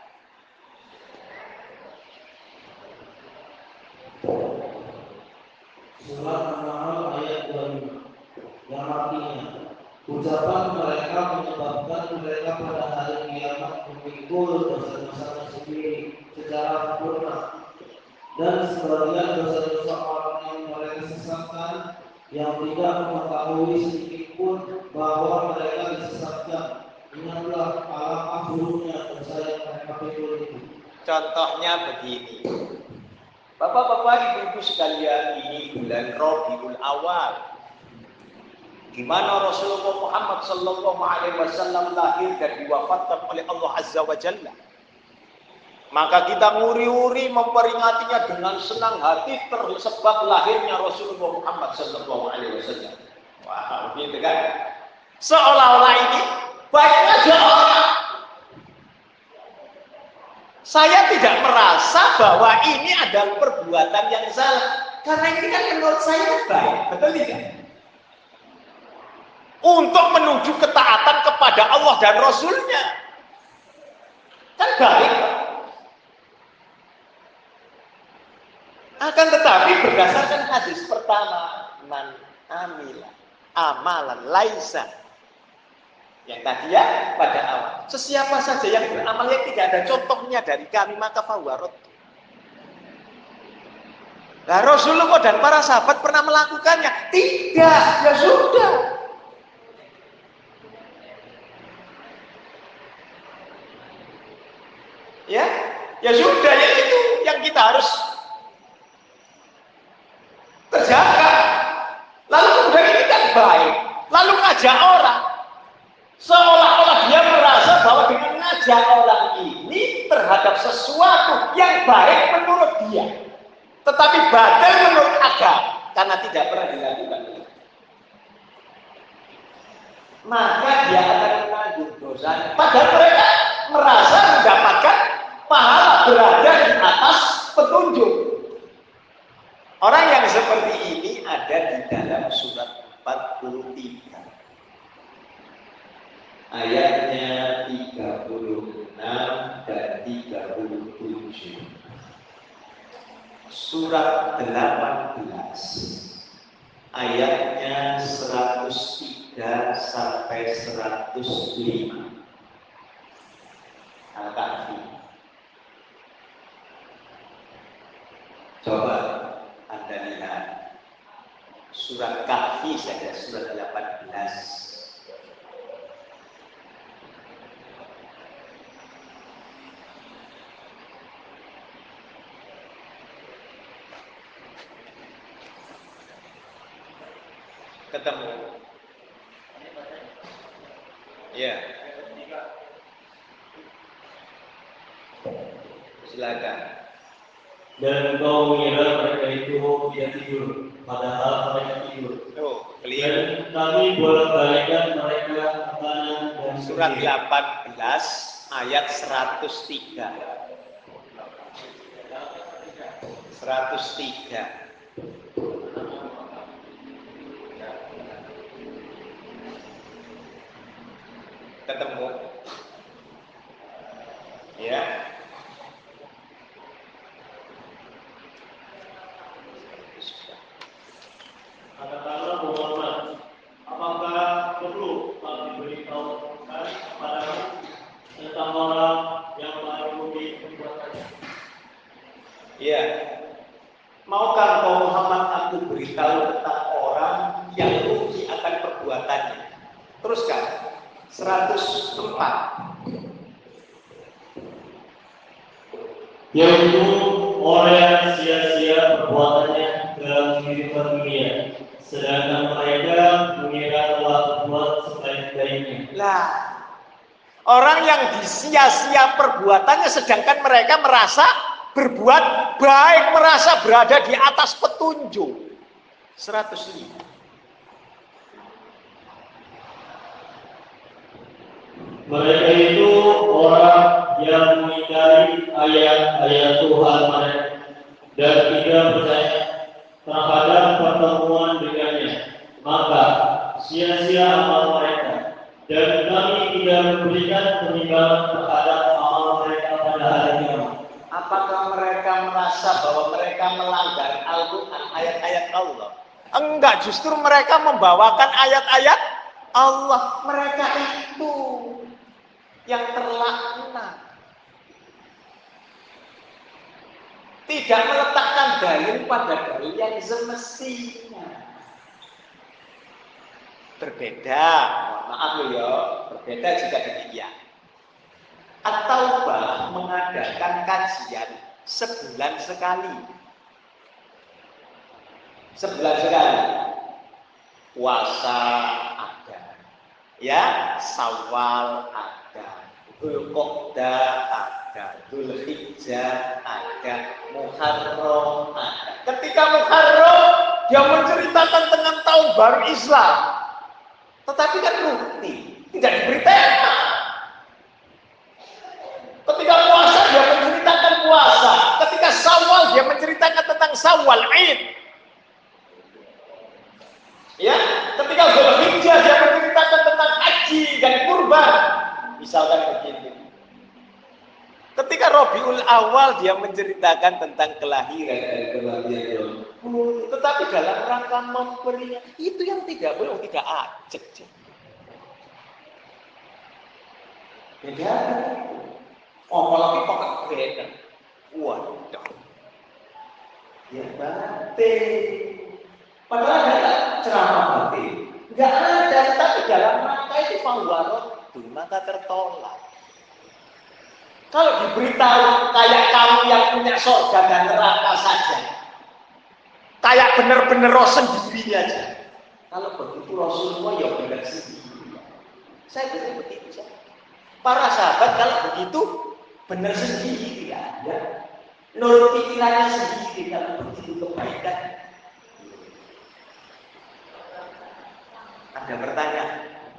Speaker 2: Surat An-Nahl ayat dua puluh lima yang artinya ucapan mereka menyebabkan mereka pada hari kiamat memikul dosa-dosa sendiri secara sempurna, dan sebagian dosa-dosa orang yang mereka sesatkan yang tidak mengetahui sedikit pun bahwa mereka disesatkan. Ingatlah alangkah buruknya dosa yang mereka pikul itu.
Speaker 1: Contohnya begini, Bapak-bapak, ibu-ibu sekalian, ini bulan Rabiul Awal, di mana Rasulullah Muhammad Sallallahu Alaihi Wasallam lahir dan diwafatkan oleh Allah Azza wa Jalla. Maka kita nguri-uri memperingatinya dengan senang hati tersebab lahirnya Rasulullah Muhammad Sallallahu Alaihi Wasallam. Wah, begitu kan? Seolah-olah ini baik aja orang. Saya tidak merasa bahwa ini adalah perbuatan yang salah, karena ini kan menurut saya baik, betul tidak? Untuk menuju ketaatan kepada Allah dan Rasulnya, kan baik. Akan tetapi berdasarkan hadis pertama, man amila amalan laisa, yang tadi ya pada awal, sesiapa saja yang beramal yang tidak ada contohnya dari kami maka fawarot. Nah, Rasulullah dan para sahabat pernah melakukannya? Tidak, ya sudah. Ya, ya sudah, ya itu yang kita harus kerjakan. Lalu kemudian ini kan baik, lalu ngajak orang. Seolah-olah dia merasa bahwa dengan ngajak orang ini terhadap sesuatu yang baik menurut dia, tetapi batil menurut agama karena tidak pernah dilakukan. Maka dia akan menanggung dosanya. Padahal mereka merasa mendapatkan pahala berada di atas petunjuk. Orang yang seperti ini ada di dalam surat empat puluh tiga. Ayatnya tiga puluh enam dan tiga puluh tujuh. Surat delapan belas ayatnya seratus tiga sampai seratus lima. Al-Kahfi. Coba Anda lihat surat Kahfi saja, surat delapan belas. Ketemu. Ya. Silakan.
Speaker 2: Dan engkau mengira mereka itu tidak tidur, padahal mereka tidur.
Speaker 1: Oh,
Speaker 2: dan kami bolak-balikan mereka ke kanan dan
Speaker 1: surat delapan belas ayat seratus tiga. seratus tiga. Ketemu. Ya.
Speaker 2: Katakanlah Muhammad, apakah perlu kami beritahukan kepadamu tentang orang yang mengaruhi perbuatannya?
Speaker 1: Ya. Maukah engkau Muhammad aku beritahu tentang orang yang rugi akan perbuatannya? Teruskan. seratus empat.
Speaker 2: Yaitu orang yang sia-sia perbuatannya dalam kehidupan dunia, sedangkan mereka mengira telah berbuat sebaik-baiknya.
Speaker 1: Lah, orang yang disia-sia perbuatannya sedangkan mereka merasa berbuat baik, merasa berada di atas petunjuk. seratus lima.
Speaker 2: Mereka itu orang yang mengingkari ayat-ayat Tuhan mereka dan tidak percaya terhadap pertemuan dengannya, maka sia-sia amal mereka, dan kami tidak memberikan penimbangan terhadap amal mereka pada hari kiamat.
Speaker 1: Apakah mereka merasa bahwa mereka melanggar Al-Quran, ayat-ayat Allah? Enggak, justru mereka membawakan ayat-ayat Allah. Mereka itu yang terlaknat. Tidak meletakkan dalil pada dalil yang semestinya. Berbeda, maaf ya, berbeda jika demikian. At-Taubah mengadakan kajian sebulan sekali. Sebulan sekali. Puasa ada. Ya, Syawal ada. Dzulqa'dah ada. Dzulhijjah ada. Muharram ada. Ketika Muharram dia menceritakan tentang tahun baru Islam. Tetapi kan rutin, tidak diberi tema. Ketika puasa dia menceritakan puasa. Ketika Syawal dia menceritakan tentang Syawal, Id. Ya, ketika Dzulhijjah dia menceritakan tentang haji dan kurban. Misalkan begitu. Ketika Rabiul Awal dia menceritakan tentang kelahiran dan kematian. Tetapi dalam rangka memberinya itu yang tidak boleh, tidak ajak. Beda. Apalagi pakai beda. Waduh. Ya batin. Padahal ada ceramah batin. Enggak ada, tapi dalam rangka itu pangwarot, maka tertolak. Kalau diberitahu kayak kamu yang punya surga dan neraka saja, kayak benar-benar roh sendiri aja. Kalau begitu Rasulullah ya benar sendiri. Saya bilang begitu saja. Para sahabat kalau begitu benar sendiri ya, ya. Nurut pikirannya sendiri kalau begitu kebaikan. Ada pertanyaan.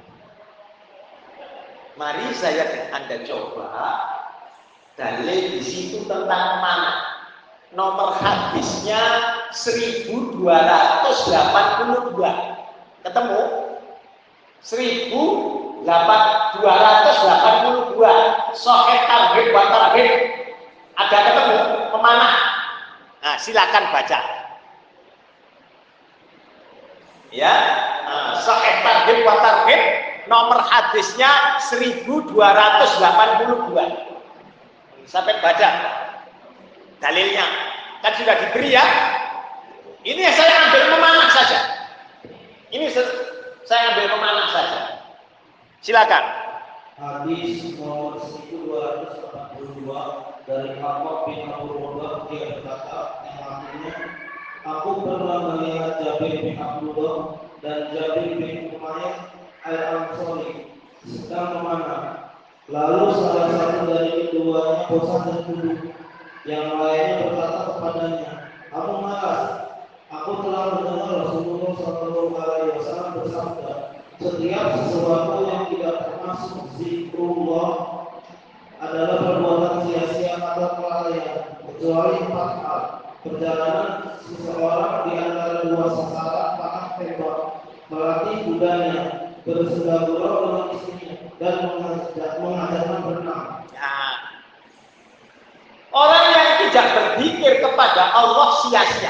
Speaker 1: Mari saya dan Anda coba dalil di situ tentang mana. Nomor hadisnya seribu dua ratus delapan puluh dua. Ketemu? seribu dua ratus delapan puluh dua. Sahih targhib wa tarhib. Ada ketemu? Pemanah. Nah, silakan baca. Ya, nah, Sahih targhib wa tarhib, nomor hadisnya seribu dua ratus delapan puluh dua. Sampai baca dalilnya. Kan sudah diberi ya. Ini saya ambil memanah saja. Ini saya ambil memanah saja. Silakan.
Speaker 2: Hadis nomor seribu dua ratus delapan puluh dua dari Ahmad bin Abu Robah, dia berkata yang artinya, aku pernah melihat Jabir bin Abdullah dan Jabir bin Umayyah al-Ansari sedang memanah. Lalu salah satu dari keduanya bosan dan duduk. Yang lainnya berkata kepadanya, kamu malas. Aku telah mendengar Rasulullah shallallahu alaihi wasallam bersabda, setiap sesuatu yang tidak termasuk zikrullah adalah perbuatan sia-sia atau kelalaian, kecuali empat hal: perjalanan seseorang di antara dua sasaran panah tembak, melatih kudanya, bersenda gurau dengan istrinya, dan mengajarkan berenang.
Speaker 1: Nah, orang yang tidak berpikir kepada Allah sia-sia.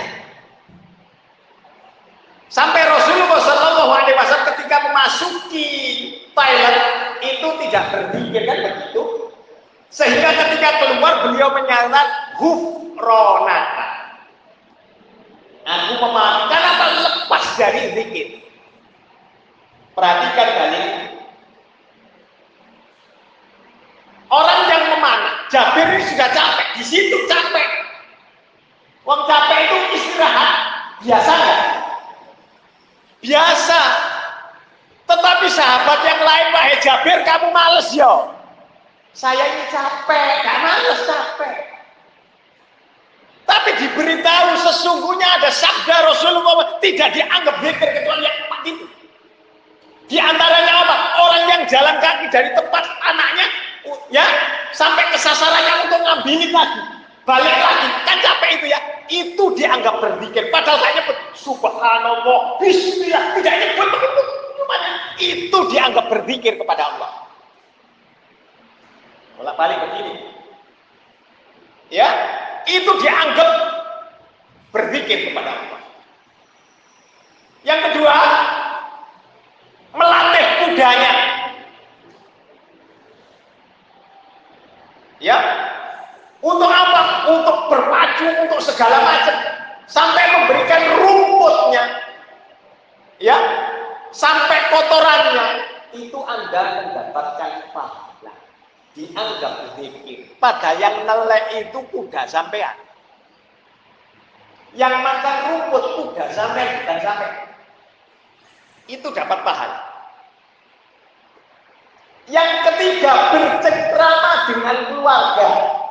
Speaker 1: Sampai Rasulullah shallallahu alaihi wasallam ketika memasuki toilet itu tidak berpikir, kan begitu. Sehingga ketika keluar beliau menyatakan ghufronaka. Aku memahami kenapa lepas dari zikir. Perhatikan kali. Orang yang memanah, Jabir ini sudah capek, di situ capek. Wong capek itu istirahat, biasa nggak? Biasa. Tetapi sahabat yang lain, wahai Jabir, kamu males yo. Saya ini capek, gak males capek. Tapi diberitahu sesungguhnya ada sabda Rasulullah tidak dianggap zikir kecuali yang empat itu. Di antaranya apa? Orang yang jalan kaki dari tempat anaknya ya sampai ke sasarannya untuk ngambilin lagi, balik lagi, kan capek itu ya. Itu dianggap berzikir. Padahal saya nyebut subhanallah, bismillah, tidak nyebut begitu. Itu dianggap berzikir kepada Allah. Bolak-balik begini. Ya, itu dianggap berzikir kepada Allah. Yang kedua, melatih kudanya. Ya, untuk apa? Untuk berpacu, untuk segala macam, sampai memberikan rumputnya, ya, sampai kotorannya, itu Anda mendapatkan pahala. Dianggap zikir. Padahal yang nelek itu kuda sampean. Yang makan rumput kuda sampean, bukan sampean. Itu dapat pahala. Yang ketiga, bercengkrama dengan keluarga.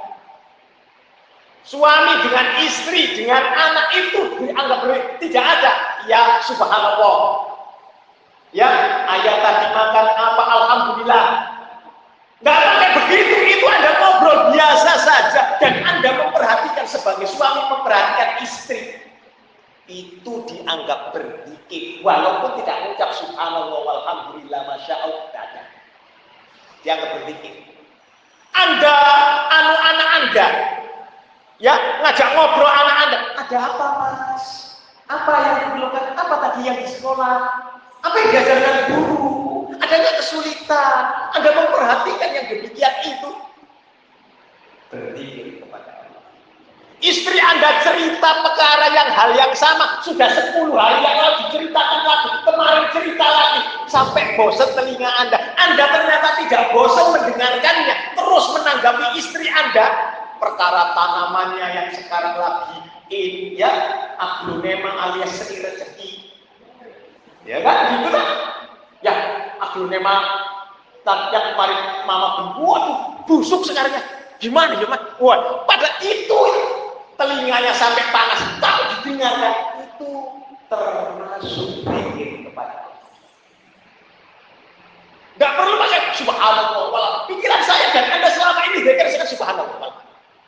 Speaker 1: Suami dengan istri, dengan anak itu dianggap tidak ada. Ya subhanallah. Ya, ayat tadi makan apa? Alhamdulillah. Nggak pakai begitu, itu Anda ngobrol biasa saja. Dan Anda memperhatikan sebagai suami, memperhatikan istri. Itu dianggap berzikir. Walaupun tidak mengucap subhanallah, walhamdulillah, masya Allah, tidak ada. Dianggap berzikir. Anda, anu anak Anda, ya, ngajak ngobrol anak Anda. Ada apa, Mas? Apa yang dilakukan? Apa tadi yang di sekolah? Apa yang diajarkan guru? Ada nggak kesulitan? Anda memperhatikan yang demikian itu. Berzikir kepada Allah. Istri Anda cerita perkara yang hal yang sama sudah sepuluh hari yang lalu diceritakan lagi, kemarin cerita lagi, sampai bosan telinga Anda. Anda ternyata tidak bosan mendengarkannya, terus menanggapi istri Anda perkara tanamannya yang sekarang lagi in ya aglonema alias seni rezeki, ya kan gitu kan? Ya aglonema yang kemarin mama beli, waduh busuk sekarangnya, gimana gimana? Wah, pada itu telinganya sampai panas, tak didengarkan, itu termasuk zikir kepada Allah. Gak perlu pakai subhanallah walau. Pikiran saya dan Anda selama ini zikir saya subhanallah walau.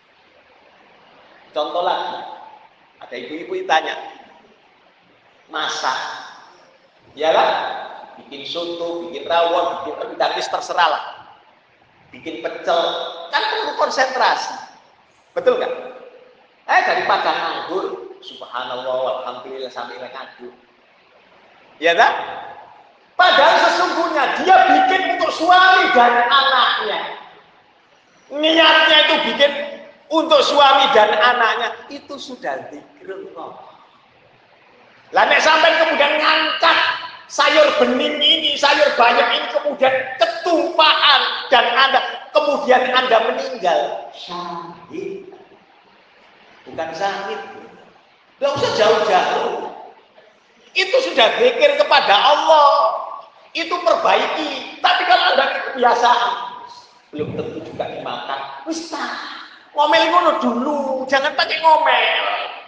Speaker 1: Contoh lagi, ada ibu-ibu tanya, masak, iyalah, bikin soto, bikin rawon, bikin rendang, terserah lah, bikin pecel, kan perlu konsentrasi, betul nggak? Eh dari padang anggur, subhanallah, alhamdulillah sambil nganggur, ya tak? Padahal sesungguhnya dia bikin untuk suami dan anaknya, niatnya itu bikin untuk suami dan anaknya, itu sudah zikrullah. Lah nek sampai kemudian ngangkat sayur bening ini, sayur banyak ini kemudian ketumpaan dan Anda kemudian Anda meninggal, syahid. Bukan syahid. Enggak usah jauh-jauh. Itu sudah zikir kepada Allah. Itu perbaiki. Tapi kalau Anda kebiasaan, belum tentu juga dimakan. Wis tak. Ngomel ngono dulu, jangan pakai ngomel.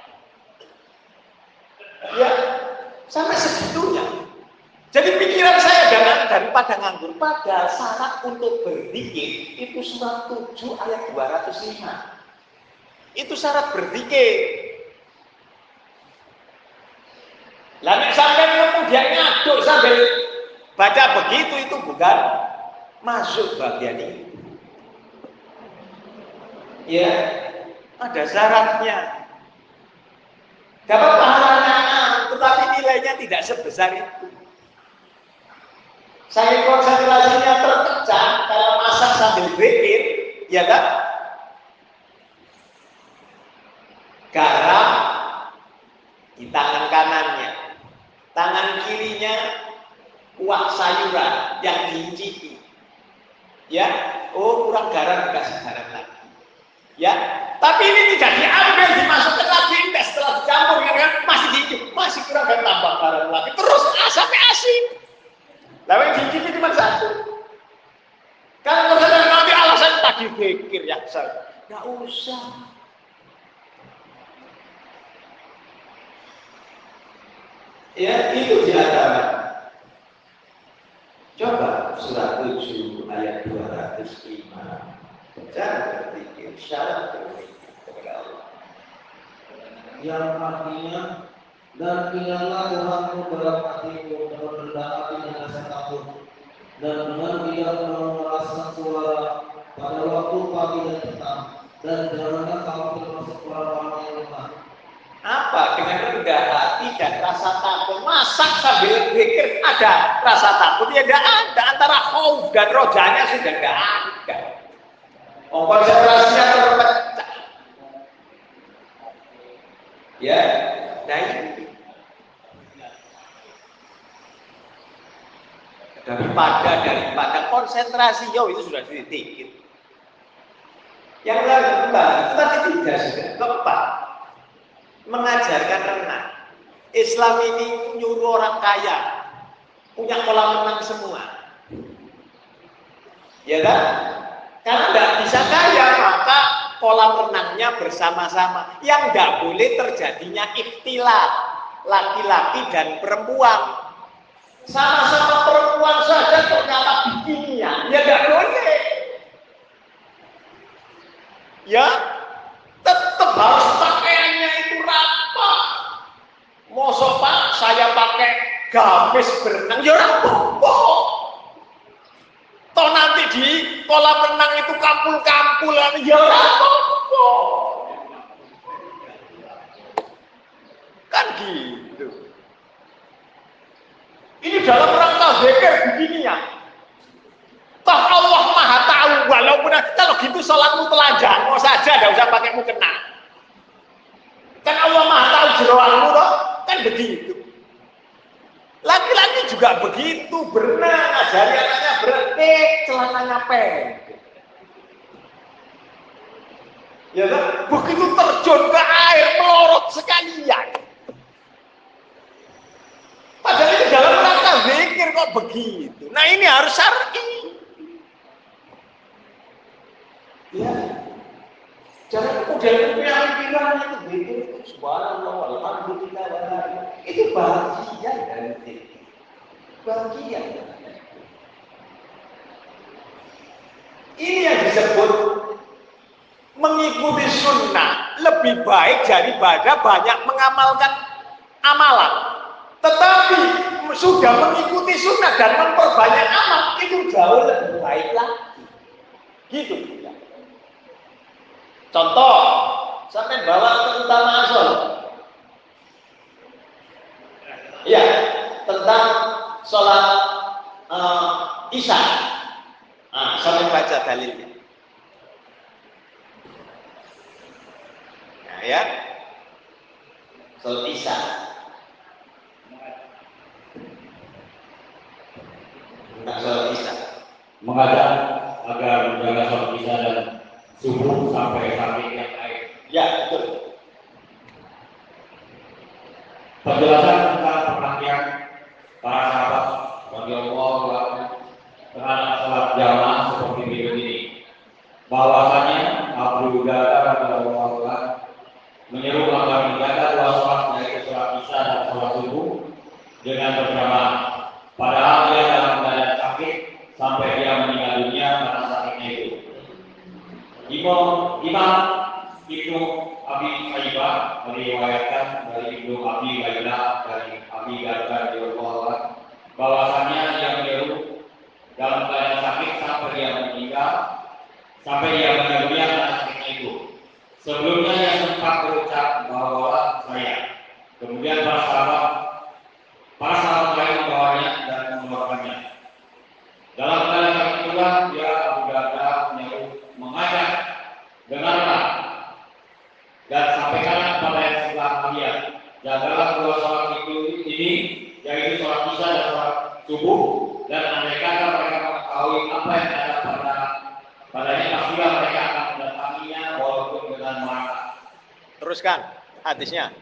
Speaker 1: Ya, sampai segitunya. Jadi pikiran saya dengan daripada nganggur, pada syarat untuk berzikir itu surat tujuh ayat dua ratus lima. Itu syarat berzikir. Lalu sampai kemudian ngaduk sambil baca begitu, itu bukan masuk bagian itu. Ya, ada syaratnya. Dapat pahalanya, tetapi nilainya tidak sebesar itu. Saya konsentrasinya terpecah kalau masak sambil zikir, ya kan? Garam di tangan kanannya, tangan kirinya kuah sayuran yang diicipi. Ya, oh kurang garam dikasih garam lagi. Ya, tapi ini tidak diambil, dimasukkan lagi, setelah dicampur kan masih diicip, masih kurang garam, tambah garam lagi, terus ah, sampai asin. Lalu yang diicipi cuma satu. Kalau misalnya nanti alasan tadi pikir ya, saya nggak usah. Ya, itu di antara. Coba surat tujuh ayat dua ratus lima. Cara berpikir, syarat berpikir kepada Allah.
Speaker 2: Yang artinya, dan ingatlah Tuhanmu dalam hatimu dengan rendah hati dan rasa takut, dan dengan tidak mengeraskan suara pada waktu pagi dan petang, dan janganlah kamu termasuk orang-orang yang lemah.
Speaker 1: Apa? Dengan rendah hati dan rasa takut. Masa sambil pikir ada rasa takut? Ya tidak ada. Antara khauf dan rojanya sudah tidak ada. Oh, konsentrasinya terpecah. Ya, nah ini. Daripada daripada konsentrasi, yo itu sudah sedikit. Yang kedua, tadi tiga sudah. Keempat, mengajarkan renang. Islam ini nyuruh orang kaya punya kolam renang semua. Ya kan? Karena tidak bisa kaya, maka kolam renangnya bersama-sama. Yang tidak boleh terjadinya ikhtilat laki-laki dan perempuan. Sama-sama perempuan saja ternyata bikininya, ya tidak boleh. Ya, tetap harus pakaiannya itu rapat. Mosok Pak, saya pakai gamis berenang, ya rapopo. Toh nanti di kolam renang itu kampul-kampulan, ya rapopo. Kan gitu. Ini dalam rangka zikir begini ya. Toh Allah Maha tahu, walaupun kalau gitu sholatmu telanjang, mau saja, tidak usah pakai mukena. Kan Allah Maha tahu jeroanmu, toh kan begitu. Laki-laki juga begitu, berenang, ngajari anaknya berenang, eh celananya pendek. Ya kan? Begitu terjun ke air, melorot sekalian. Padahal itu dalam rangka zikir kok begitu. Nah ini harus syar'i. Ya, jangan kemudian punya pikiran itu zikir itu subhanallah, alhamdulillah, itu bagian dari zikir. Bagian. Ini yang disebut mengikuti sunnah lebih baik daripada banyak mengamalkan amalan. Tetapi sudah mengikuti sunnah dan memperbanyak amal itu jauh lebih baik lagi. Gitu. Contoh, sampai bawa tentang asal. Ya, tentang sholat uh, isya. Nah, sampai baca dalilnya. Nah, ya, sholat isya. Tentang sholat isya.
Speaker 3: Mengajak agar menjaga sholat isya dan subuh sampai sampai yang air.
Speaker 1: Ya, betul.
Speaker 3: Penjelasan tentang perhatian para sahabat radhiyallahu anhum terhadap sholat jamaah seperti berikut ini. Bahwasanya Abu Darda radhiyallahu anhu menyeru agar menjaga dua sholat yaitu sholat isya dan sholat subuh dengan berjamaah. Padahal dia dalam keadaan sakit sampai dia meninggal dunia karena sakitnya itu. Imam Imam Ibnu Abi Syaibah meriwayatkan dari Ibnu Abi Lailah dari Abi Darda radhiyallahu anhu bahwasanya dia menyeru dalam keadaan sakit sampai dia meninggal sampai dia meninggal dunia karena sakitnya itu. Sebelumnya dia sempat berucap bahwa saya. Kemudian para sahabat para sahabat lain membawanya dan mengeluarkannya. Dalam keadaan itulah dia Abu Darda menyeru mengajak, dengarlah dan sampaikanlah kepada yang sebelah kalian, jagalah dua sholat itu ini, yaitu sholat isya dan sholat subuh, dan andaikan mereka mengetahui apa yang ada pada padanya, pastilah mereka akan mendatanginya walaupun dengan marah.
Speaker 1: Teruskan hadisnya.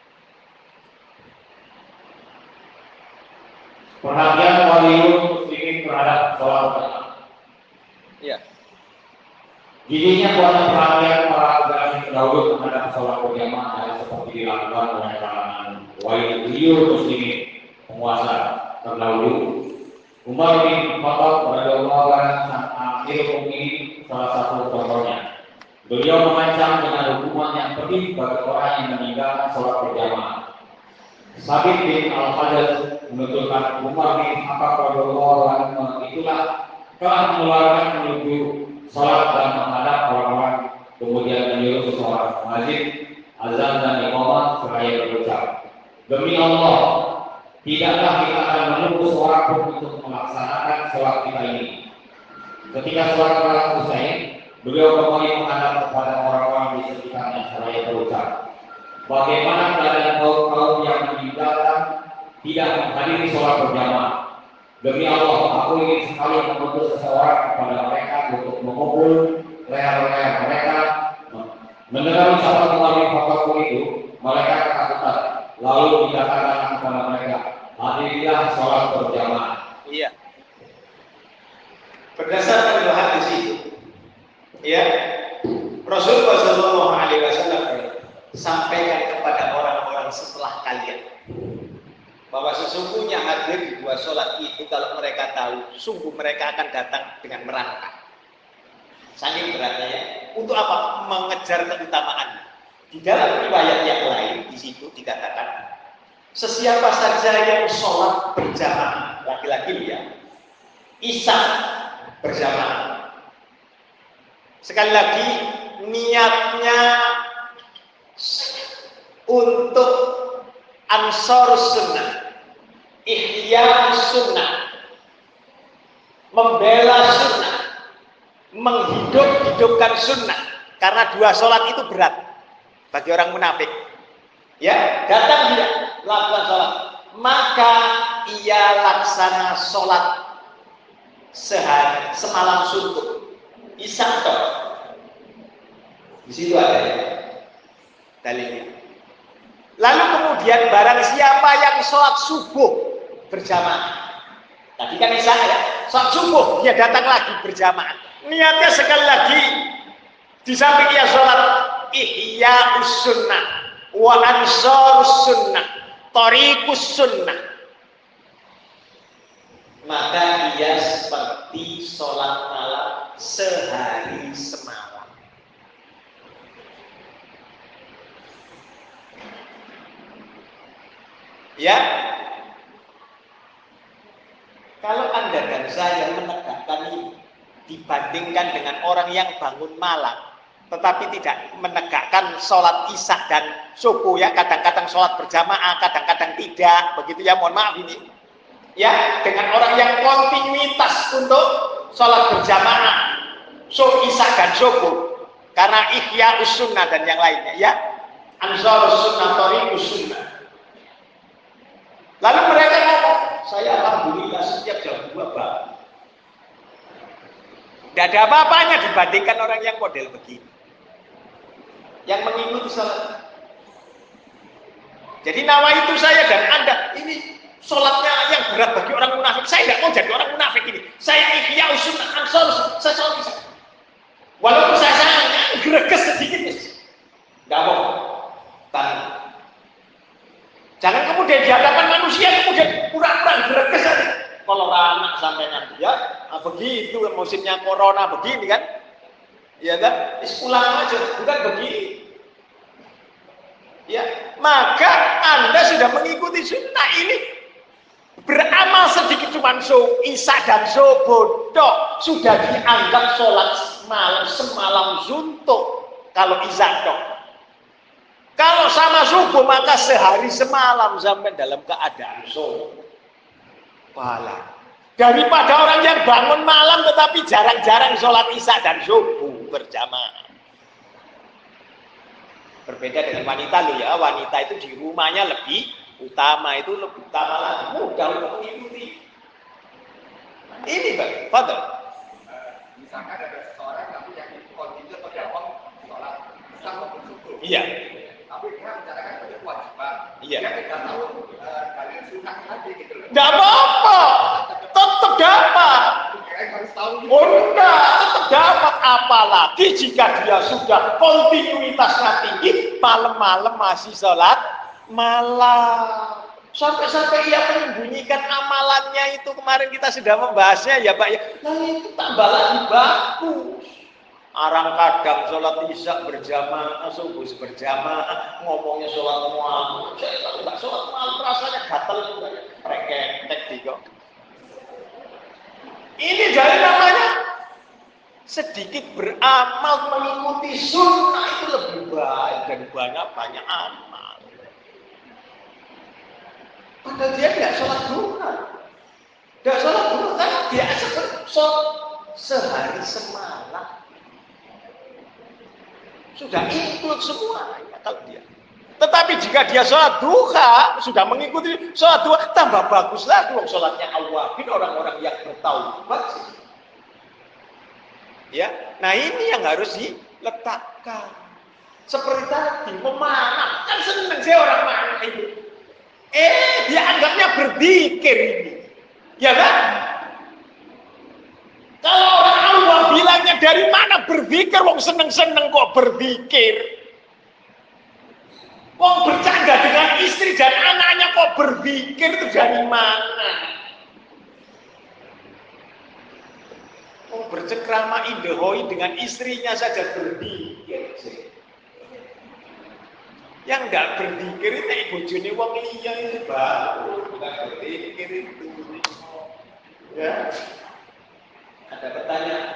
Speaker 3: Perhatian waliul muslimin terhadap sholat berjamaah.
Speaker 1: Iya.
Speaker 3: Jadinya kuatnya perhatian para generasi terdahulu terhadap sholat berjamaah yang seperti dilakukan oleh kalangan waliul muslimin. penguasa terdahulu. Umar bin Khattab radhiyallahu anhu sang amirul mukminin salah satu contohnya. Beliau mengancam dengan hukuman yang pedih bagi orang yang meninggalkan sholat berjamaah. Sabit bin Al-Hajjaj menuturkan Umar bin Khattab radhiyallahu anhu itulah telah mengeluarkan menuju sholat dan menghadap orang-orang, kemudian menyuruh seseorang mengazin, azan dan iqamah seraya berucap, demi Allah, tidaklah kita akan menunggu seorang pun untuk melaksanakan sholat kita ini. Ketika sholat telah selesai, beliau kembali menghadap kepada orang-orang di sekitarnya seraya berucap, bagaimana keadaan kaum-kaum yang meninggalkan tidak menghadiri sholat berjamaah? Demi Allah, aku ingin sekali menuntut seseorang kepada mereka untuk memukul leher-leher mereka. Mendengar ucapan Umar bin Khattab itu, mereka ketakutan. Lalu dikatakan kepada mereka, hadirilah sholat berjamaah.
Speaker 1: Iya. Berdasarkan dua hadis itu, ya, Rasulullah Shallallahu Alaihi Wasallam sampaikan kepada orang-orang setelah kalian bahwa sesungguhnya hadir di dua sholat itu kalau mereka tahu, sungguh mereka akan datang dengan merangkak. Saking beratnya ya. Untuk apa? Mengejar keutamaan. Di dalam riwayat yang lain di situ dikatakan, sesiapa saja yang sholat berjamaah, laki-laki ya, isya berjamaah. Sekali lagi, niatnya untuk ansor sunnah, ihya sunnah, membela sunnah, menghidup-hidupkan sunnah. Karena dua sholat itu berat bagi orang munafik. Ya, datang dia lakukan sholat, maka ia laksana sholat sehari semalam suntuk, isya toh. Di situ ada ya dalilnya. Lalu kemudian barang siapa yang sholat subuh berjamaah, tadi kan isya ya, sholat subuh dia datang lagi berjamaah. Niatnya sekali lagi di samping ia sholat ihya sunnah wa ansor sunnah, tariqus sunnah, maka ia seperti sholat malam sehari semalam. Ya, kalau Anda dan saya menegakkan ini dibandingkan dengan orang yang bangun malam tetapi tidak menegakkan sholat isya dan subuh, ya, kadang-kadang sholat berjamaah, kadang-kadang tidak, begitu ya, mohon maaf ini ya, dengan orang yang kontinuitas untuk sholat berjamaah, subuh, isya dan subuh, karena ihya sunnah dan yang lainnya, ya, ansor sunnah, tariqus sunnah. Lalu mereka ngomong, saya alhamdulillah setiap jam dua bangun. Tidak ada apa-apanya dibandingkan orang yang model begini, yang mengikuti sholat. Jadi nawa itu saya dan Anda, ini sholatnya yang berat bagi orang munafik. Saya tidak mau jadi orang munafik ini. Saya ihya sunnah, ansor, saya sholat isya. Walaupun saya sangat greges sedikit, tidak mau. Tahan. Jangan kemudian di hadapan manusia kemudian pura-pura greges saja. Kalau anak sampai nanti ya, nah begitu musimnya corona begini kan, ya kan, pulang aja, bukan begini. Ya, maka Anda sudah mengikuti sunnah ini, beramal sedikit cuma so, isya dan subuh, sudah dianggap sholat malam semalam suntuk kalau isya dok. Kalau sama subuh maka sehari semalam sampai dalam keadaan subuh. Pahala. Daripada orang yang bangun malam tetapi jarang-jarang sholat isya dan subuh berjamaah. Berbeda dengan wanita loh ya, wanita itu di rumahnya lebih utama, itu lebih utama lagi, mudah untuk mengikuti. Nah, ini Bang, Fadl.
Speaker 4: Misalkan ada seseorang tapi yang kontinu atau jawab sholat isya maupun subuh.
Speaker 1: Iya.
Speaker 4: Tapi dia menjalankan itu kewajiban.
Speaker 1: Iya.
Speaker 4: Dia tidak tahu uh, dari sunnah tadi gitu loh.
Speaker 1: Tidak apa-apa, tetap dapat.
Speaker 4: Harus tahu.
Speaker 1: Oh enggak, tetap dapat. Apalagi jika dia sudah kontinuitasnya tinggi, malam-malam masih sholat malam. Sampai-sampai ia menyembunyikan amalannya itu kemarin kita sudah membahasnya ya Pak ya. Nah itu tambah lagi bagus. Orang kadang sholat isya berjamaah, subuh berjamaah, ngomongnya sholat malam. Saya kalau nggak sholat malam rasanya gatel juga. Reketek kok. Ini dari namanya sedikit beramal mengikuti sunnah itu lebih baik dan banyak-banyak amal. Padahal dia tidak sholat duha. Tidak sholat duha kan dia sholat sehari semalam. Sudah ikut semua ya, kalau dia. Tetapi jika dia sholat duha, sudah mengikuti sholat duha, tambah bagus lagi. Sholatnya awabin orang-orang yang bertaubat. Ya, nah ini yang harus diletakkan. Seperti tadi, memanah. Kan seneng sih orang mana itu. Eh, dia anggapnya berzikir ini. Ya kan? Kalau orang awam bilangnya dari mana berzikir, wong seneng-seneng kok berzikir. Wong bercanda dengan istri dan anaknya kok berzikir itu dari mana? Wong bercekrama indehoi dengan istrinya saja berzikir. Yang enggak berzikir itu bojone wong liya itu baru bukan berzikir itu. Ya. Ada pertanyaan.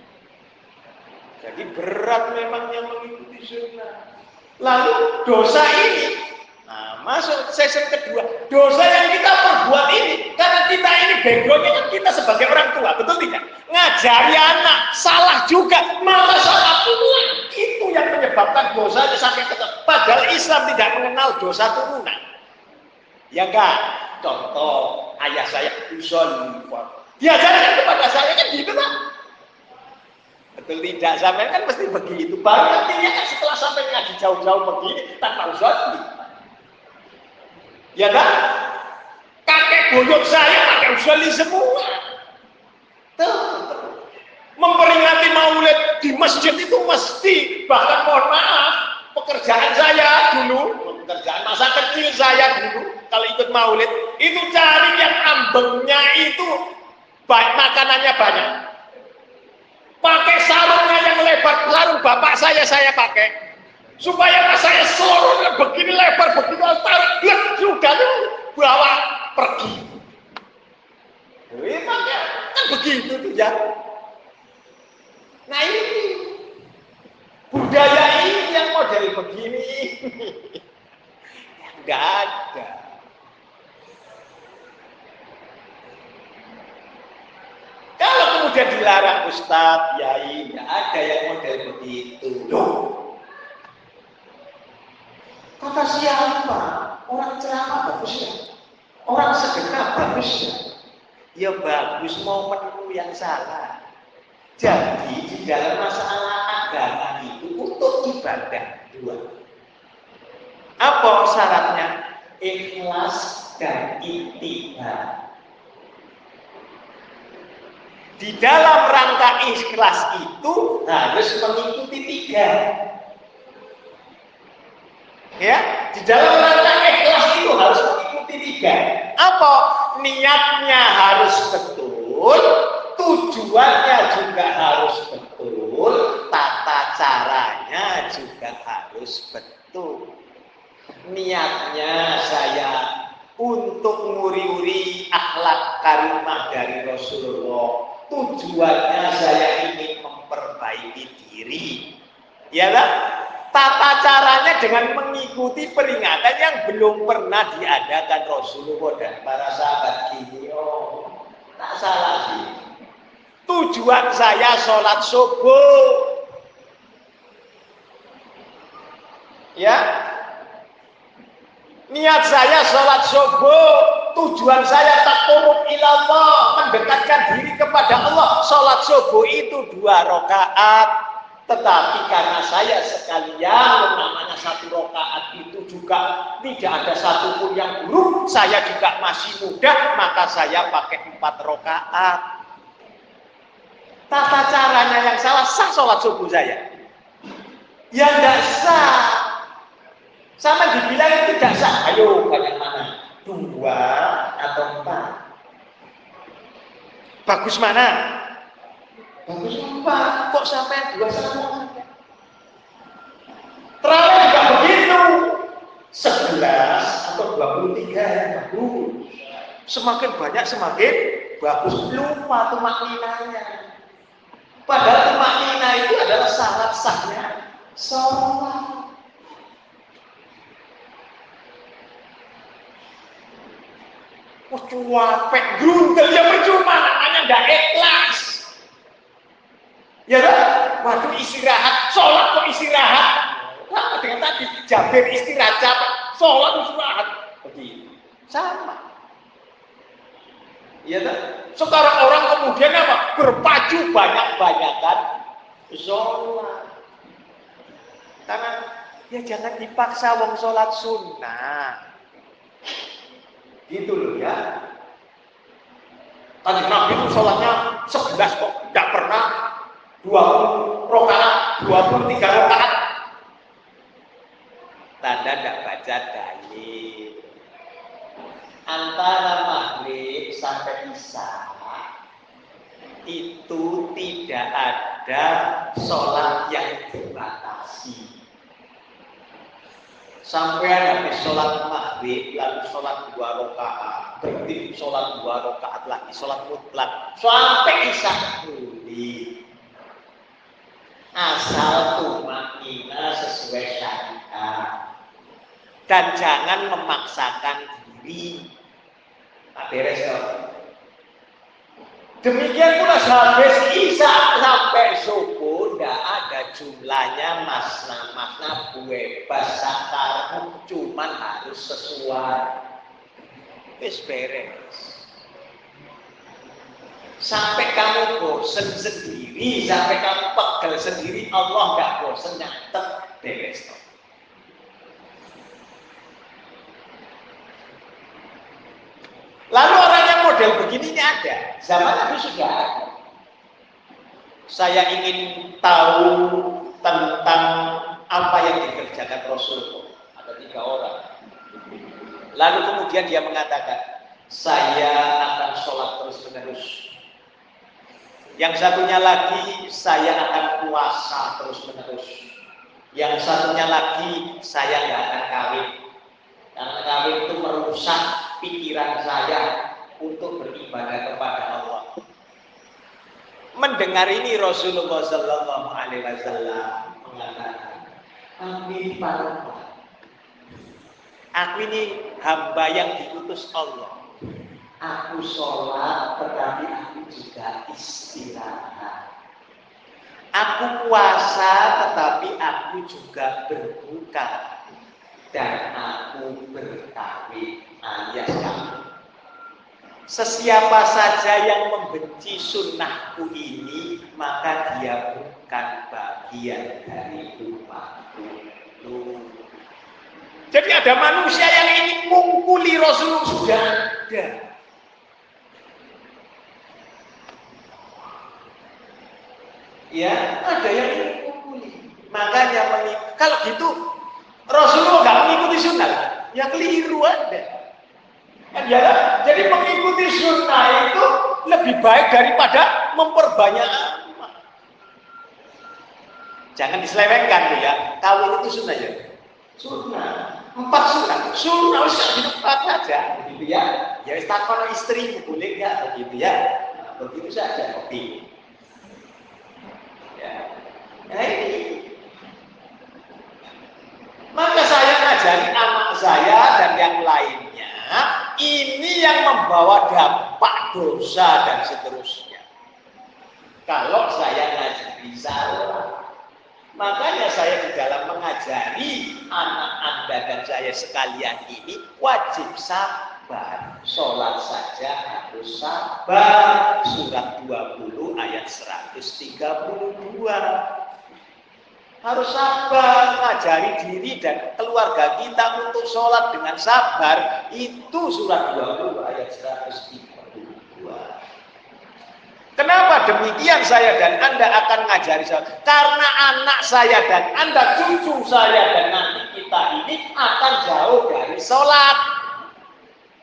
Speaker 1: Jadi berat memang yang mengikuti sunnah. Lalu dosa ini, nah masuk sesi kedua, dosa yang kita perbuat ini, karena kita ini backgroundnya kan kita sebagai orang tua, betul tidak? Ngajari anak, salah juga, malah salah turunan, itu yang menyebabkan dosanya sampai ketemu. Padahal Islam tidak mengenal dosa turunan. Ya enggak? Contoh, ayah saya usul, diajarkan kepada saya kan gitu kan? Betul tidak? Sampai kan mesti begitu. Baru nantinya kan setelah sampai ngaji jauh-jauh begini tanpa usul. Ya kan? Kakek buyut saya pakai usul semua. Tuh. Memperingati maulid di masjid itu mesti, bahkan mohon maaf, pekerjaan saya dulu, pekerjaan masa kecil saya dulu kalau ikut maulid itu cari yang ambengnya itu baik, makanannya banyak. Pakai sarungnya yang lebar, sarung bapak saya saya pakai. Supaya pas saya sorongnya begini lebar, begini taruh, dia sudah tuh bawa pergi. Wih, kan begitu tuh ya. Nah ini budaya ini yang model begini, nggak ada. Kalau kemudian dilarang Ustadz, Yai, nggak ada yang model begitu. Loh. Kata siapa? Orang ceramah bagus ya? Orang sedekah bagus ya? Ya bagus, mau meniru yang salah. Jadi di dalam masalah agama itu untuk ibadah dua. Apa syaratnya? Ikhlas dan ittiba. Di dalam rangka ikhlas itu harus mengikuti tiga. Ya, di dalam rangka ikhlas itu harus mengikuti tiga. Apa? Niatnya harus betul, tujuannya juga harus betul, tata caranya juga harus betul. Niatnya saya untuk nguri-uri akhlak karimah dari Rasulullah. Tujuannya saya ingin memperbaiki diri. Ya lah, tata caranya dengan mengikuti peringatan yang belum pernah diadakan Rasulullah dan para sahabat gini. Oh, tak salah sih. Tujuan saya sholat subuh. Ya. Niat saya sholat subuh. Tujuan saya taqarrub ilallah, mendekatkan diri kepada Allah. Sholat subuh itu dua rakaat. Tetapi karena saya sekalian namanya satu rakaat itu juga tidak ada satupun yang buruk, saya juga masih muda, maka saya pakai empat rakaat. Tata caranya yang salah, sah sholat subuh saya? Ya tidak sah. Sama dibilang tidak sah. Ayo, banyak mana? Dua atau empat? Bagus mana? Bagus empat. Kok sampai dua sama? Terawih juga begitu. Sebelas atau dua puluh tiga yang bagus. Semakin banyak semakin bagus. Lupa tumak ninanya. Padahal tumak nina itu adalah syarat sahnya sholat. Oh, cuapek, grundel, ya percuma, namanya nggak ikhlas. Ya kan? Waduh istirahat, sholat kok istirahat? Sama dengan tadi, Jabir istirahat, capek, sholat istirahat. Begitu, sama. Ya kan? Sekarang orang kemudian apa? Berpacu banyak-banyakan sholat. Karena ya jangan dipaksa wong sholat sunnah. Gitu loh ya. Tadi Nabi itu sholatnya sebelas kok, tidak pernah dua puluh rakaat, dua puluh tiga rakaat. Tanda tidak baca dalil. Antara maghrib sampai isya itu tidak ada sholat yang dibatasi. Sampai habis sholat maghrib, lalu sholat dua rakaat, berhenti sholat dua rakaat lagi, sholat mutlak, sampai isya boleh. Asal tumaknina sesuai syariat dan jangan memaksakan diri. Nah, beres dong. Demikian pula habis isya sampai subuh tidak ada jumlahnya masna-masna bebas sakarmu, cuman harus sesuai. Wis beres. Sampai kamu bosen sendiri, sampai kamu pegel sendiri, Allah nggak bosen nyatet, beres dong. Lalu orang yang model begini ini ada, zaman Nabi sudah ada. Saya ingin tahu tentang apa yang dikerjakan Rasul. Ada tiga orang. Lalu kemudian dia mengatakan, saya akan sholat terus menerus. Yang satunya lagi, saya akan puasa terus menerus. Yang satunya lagi, saya nggak akan kawin. Karena kawin itu merusak pikiran saya untuk beribadah kepada Allah. Mendengar ini Rasulullah Sallallahu Alaihi Wasallam mengatakan, Amin Pak. Aku ini hamba yang diutus Allah. Aku sholat, tetapi aku juga istirahat. Aku puasa, tetapi aku juga berbuka. Dan aku berkawin. Ayat kami. Sesiapa saja yang membenci sunnahku ini, maka dia bukan bagian dari umatku. Jadi ada manusia yang ingin mengungkuli Rasulullah, sudah ada. Ya, ada yang ingin mengungkuli. Makanya kalau gitu Rasulullah nggak mengikuti sunnah, ya keliru ada. Kan ya, jadi mengikuti sunnah itu lebih baik daripada memperbanyak amal. Jangan diselewengkan tuh ya. Kawin itu sunnah ya. Sunnah. Empat sunnah. Sunnah usah diempat saja, begitu ya. Ya takon istri boleh nggak begitu ya. Nah, begitu saja kopi. Ya. Nah ini. Maka saya ngajari anak saya dan yang lainnya, ini yang membawa dampak dosa dan seterusnya. Kalau saya ngajari salah, makanya saya di dalam mengajari anak Anda dan saya sekalian ini wajib sabar. Sholat saja harus sabar. Surat dua puluh ayat seratus tiga puluh dua. Harus sabar, mengajari diri dan keluarga kita untuk sholat dengan sabar. Itu surat dua puluh ayat seratus tiga puluh dua. Kenapa demikian saya dan Anda akan mengajari sholat? Karena anak saya dan Anda, cucu saya dan nanti kita ini akan jauh dari sholat.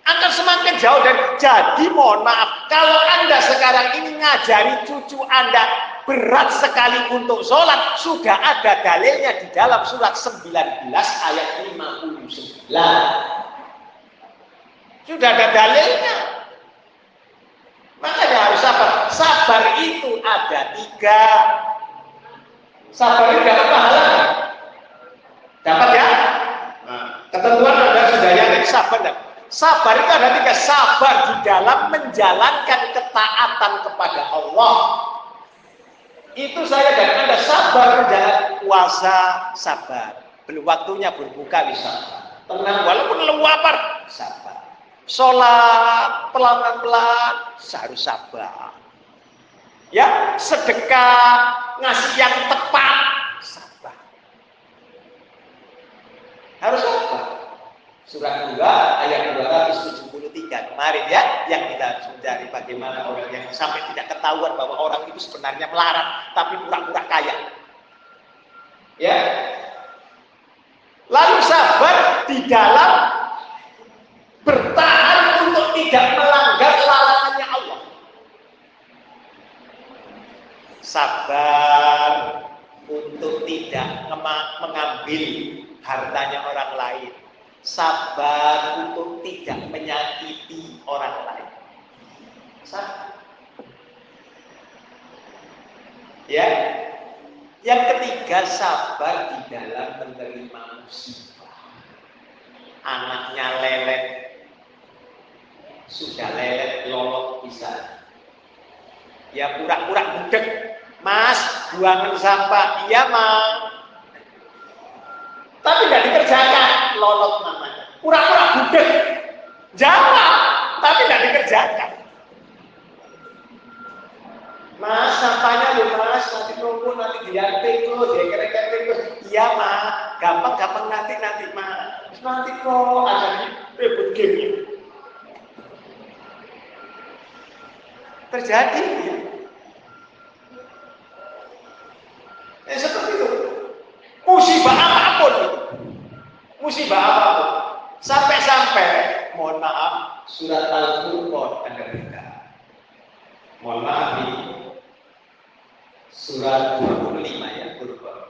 Speaker 1: akan semakin jauh. Dan jadi mohon maaf, kalau Anda sekarang ini ngajari cucu Anda berat sekali untuk sholat, sudah ada dalilnya di dalam surat sembilan belas ayat lima puluh sembilan. Sudah ada dalilnya. Makanya harus sabar. Sabar itu ada tiga. Sabar itu dapat pahala. Dapat ya? Nah, ketentuan Anda sudah yakin sabar. Sabar itu ada tiga. Sabar di dalam menjalankan ketaatan kepada Allah. Itu saya dan Anda sabar menjalankan puasa, sabar. Belum waktunya berbuka, bisa. Tenang, walaupun lapar, sabar. Sholat pelan-pelan, harus sabar. Ya, sedekah, ngasih yang tepat, sabar. Harus sabar. Surat dua ayat dua ratus tujuh puluh tiga kemarin ya, yang kita mencari bagaimana orang yang sampai tidak ketahuan bahwa orang itu sebenarnya melarat tapi pura-pura kaya. Ya. Lalu sabar di dalam bertahan untuk tidak melanggar larangannya Allah. Sabar untuk tidak mengambil hartanya orang lain. Sabar untuk tidak menyakiti orang lain. Sabar. Ya. Yang ketiga, sabar di dalam menerima musibah. Anaknya lelet, sudah lelet, lolot bisa. Ya pura-pura budek. Mas, buangan sampah. Iya, Mas. Tapi nggak dikerjakan, lolot namanya. Pura-pura budek. Jawab, tapi nggak dikerjakan. Mas, sampahnya lu Mas, nanti nunggu, nanti dianting lu, dia kira-kira lu. Iya, Mas. Gampang-gampang nanti-nanti, Mas. Nanti kok ada ribut game. Terjadi ya. Eh, seperti itu. Musibah apapun itu. Musibah apapun. Sampai-sampai, mohon maaf, surat Al-Furqan Anda buka. Mohon maaf ini. Surat dua puluh lima ya, Furqan.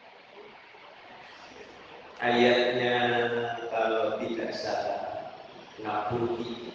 Speaker 1: Ayatnya kalau tidak salah enam puluh tiga.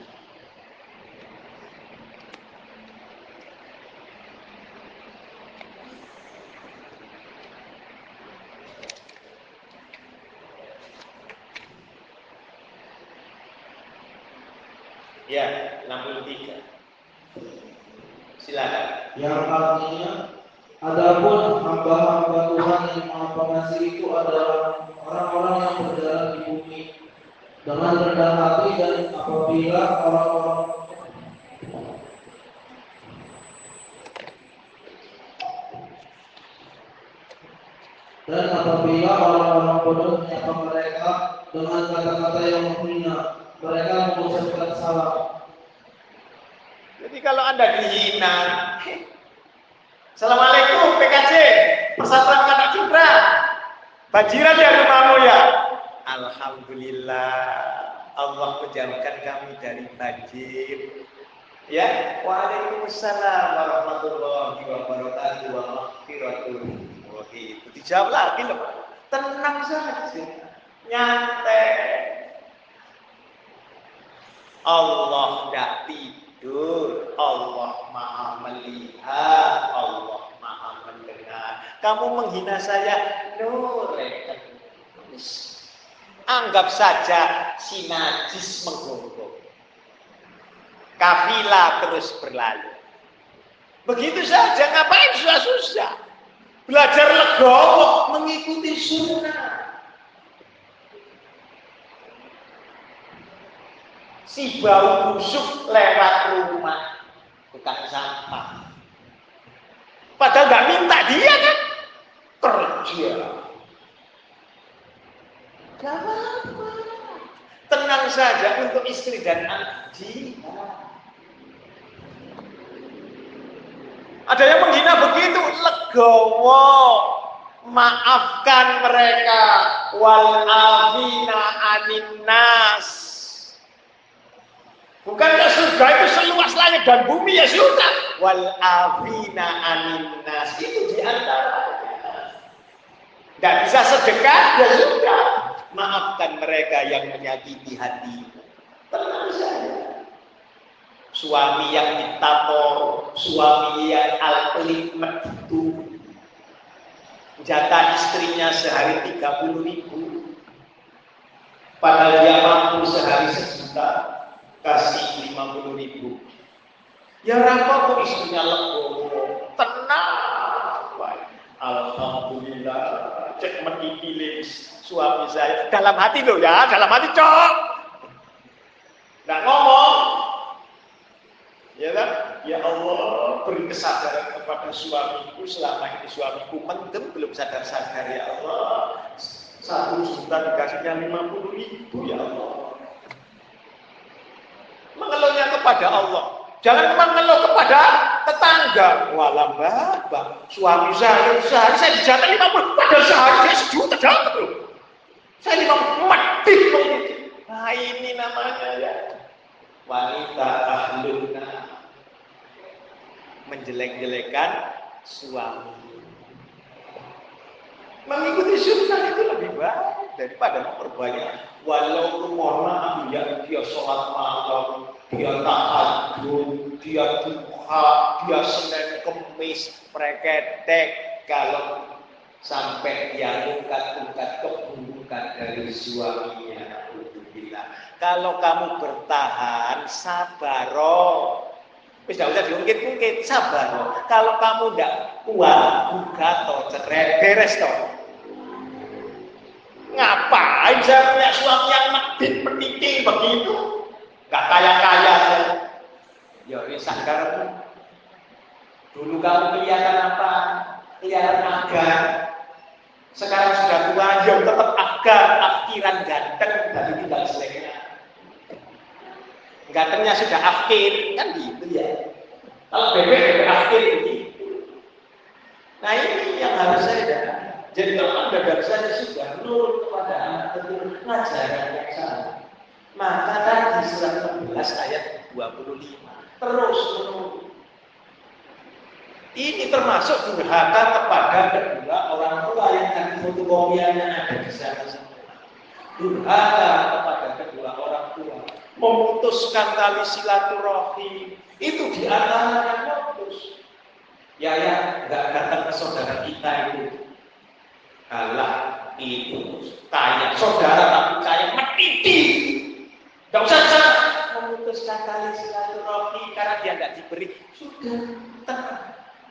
Speaker 1: Ya, enam puluh tiga. Silakan.
Speaker 2: Yang artinya, adapun hamba-hamba Tuhan yang Maha Pengasih itu adalah orang-orang yang berjalan di bumi dengan rendah hati, dan apabila orang-orang dan apabila orang-orang bodoh menyapa mereka dengan kata-kata yang menghina, mereka mengucapkan salam.
Speaker 1: Jadi kalau Anda dihina, Assalamualaikum P K C, Persatuan Kata Cipra, banjiran ya rumahmu ya. Alhamdulillah, Allah menjauhkan kami dari banjir. Ya, waalaikumsalam warahmatullahi wabarakatuh wa maghfiratuh. Oh gitu, dijawab lagi loh. Tenang saja, nyantai. Allah tidak tidur, Allah maha melihat, Allah maha mendengar. Kamu menghina saya, nurek. Anggap saja si najis menggonggong. Kafilah terus berlalu. Begitu saja, ngapain susah-susah? Belajar legowo, mengikuti sunnah. Si bau busuk lewat rumah, bukan sampah. Padahal nggak minta dia kan kerja. Gak apa-apa. Tenang saja untuk istri dan anak jihad. Ada yang menghina begitu, legowo, maafkan mereka. Wal afina anin nas. Bukankah surga itu seluas langit dan bumi? Ya sudah. Wal afina anin nas, itu diantaranya. Tidak bisa sedekah, ya sudah. Maafkan mereka yang menyakiti hati. Tenang saja. Suami yang ditapor, suami yang al-pelit itu, jatah istrinya sehari tiga puluh ribu, padahal dia mampu sehari sejuta, kasih lima puluh ribu. Ya apa kok istrinya legowo, tenang. Alhamdulillah, cek menipilih suami saya. Dalam hati loh ya, dalam hati cok. Nggak ngomong. Ya kan? Ya Allah, beri kesadaran kepada suamiku. Selama ini suamiku mendem, belum sadar-sadar. Ya Allah, satu juta dikasihnya lima puluh ribu. Ya Allah, mengeluhnya kepada Allah. Jangan mengeluh kepada tetangga. Walam bapak, suami saya sehari saya dijatah lima puluh, padahal sehari dia sejuta dapat loh. Saya lima puluh mati loh. Nah ini namanya ya wanita ahluna, menjelek-jelekan suami. Mengikuti sunnah itu lebih baik daripada memperbanyak. Walaupun mohon maaf ya, dia sholat malam, dia tahajud, dia duha, dia Senin Kemis, preketek. Kalau sampai dia ungkat-ungkat keburukan dari suaminya, alhamdulillah. Kalau kamu bertahan, sabaroh. Wis gak usah diungkit-ungkit, sabar. Kalau kamu ndak kuat, buka toh, cerai, beres toh. Ngapain saya punya suami yang medit meniting begitu? Gak kaya-kaya saya. Ya ini sanggarmu. Dulu kamu kelihatan apa? Kelihatan agar. Sekarang sudah tua, ya tetap agar, akhiran ganteng, tapi tinggal jeleknya. Gantengnya sudah akhir, kan gitu ya. Kalau bebek, bebek akhir begitu. Nah ini yang harus saya dengar. Jadi kalau Anda dan saya sudah nurut kepada anak tentu ngajaran yang salah, maka tadi surat enam belas ayat dua puluh lima terus menurut. Ini termasuk durhaka kepada kedua orang tua yang tadi fotokopiannya ada di sana semua. Durhaka kepada kedua orang tua, memutuskan tali silaturahim, itu di antara yang putus. Ya ya, nggak datang ke saudara kita itu. Alah itu kaya saudara tapi kaya metiti. Gak usah sana memutuskan tali silaturahmi karena dia nggak diberi. Sudah tenang.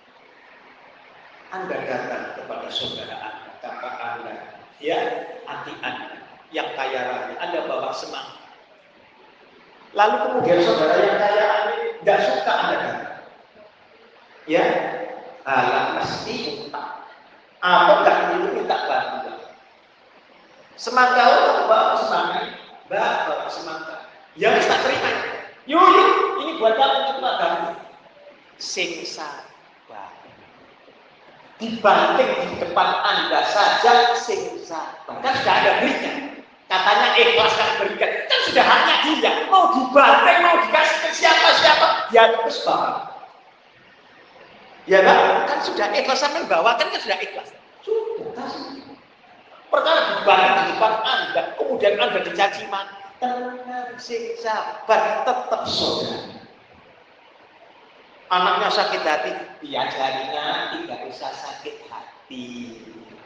Speaker 1: Anda datang kepada saudara Anda, kakak Anda, ya adik Anda yang kaya raya, Anda bawa semangat. Lalu kemudian saudara yang kaya Anda nggak suka Anda datang, ya alah mesti utang. Atau enggak itu minta bantuan. Semangka untuk bawa semangka, bawa semangka. Ya bisa terima. Yuk, yuk, ini buat kamu untuk makan. Sing sabar. Dibanting di depan Anda saja sing sabar. Kan sudah ada berikan. Katanya ikhlas kan berikan. Kan sudah haknya dia. Mau dibanting, mau dikasih ke siapa-siapa, dia terus bawa. Ya kan? Kan sudah ikhlas sampai bawakan kan sudah ikhlas. Sudah kasih. Perkara dibanting di depan Anda, kemudian Anda dicaci maki. Tenang, sing sabar, tetap saudara. Anaknya sakit hati, diajarinya tidak usah sakit hati.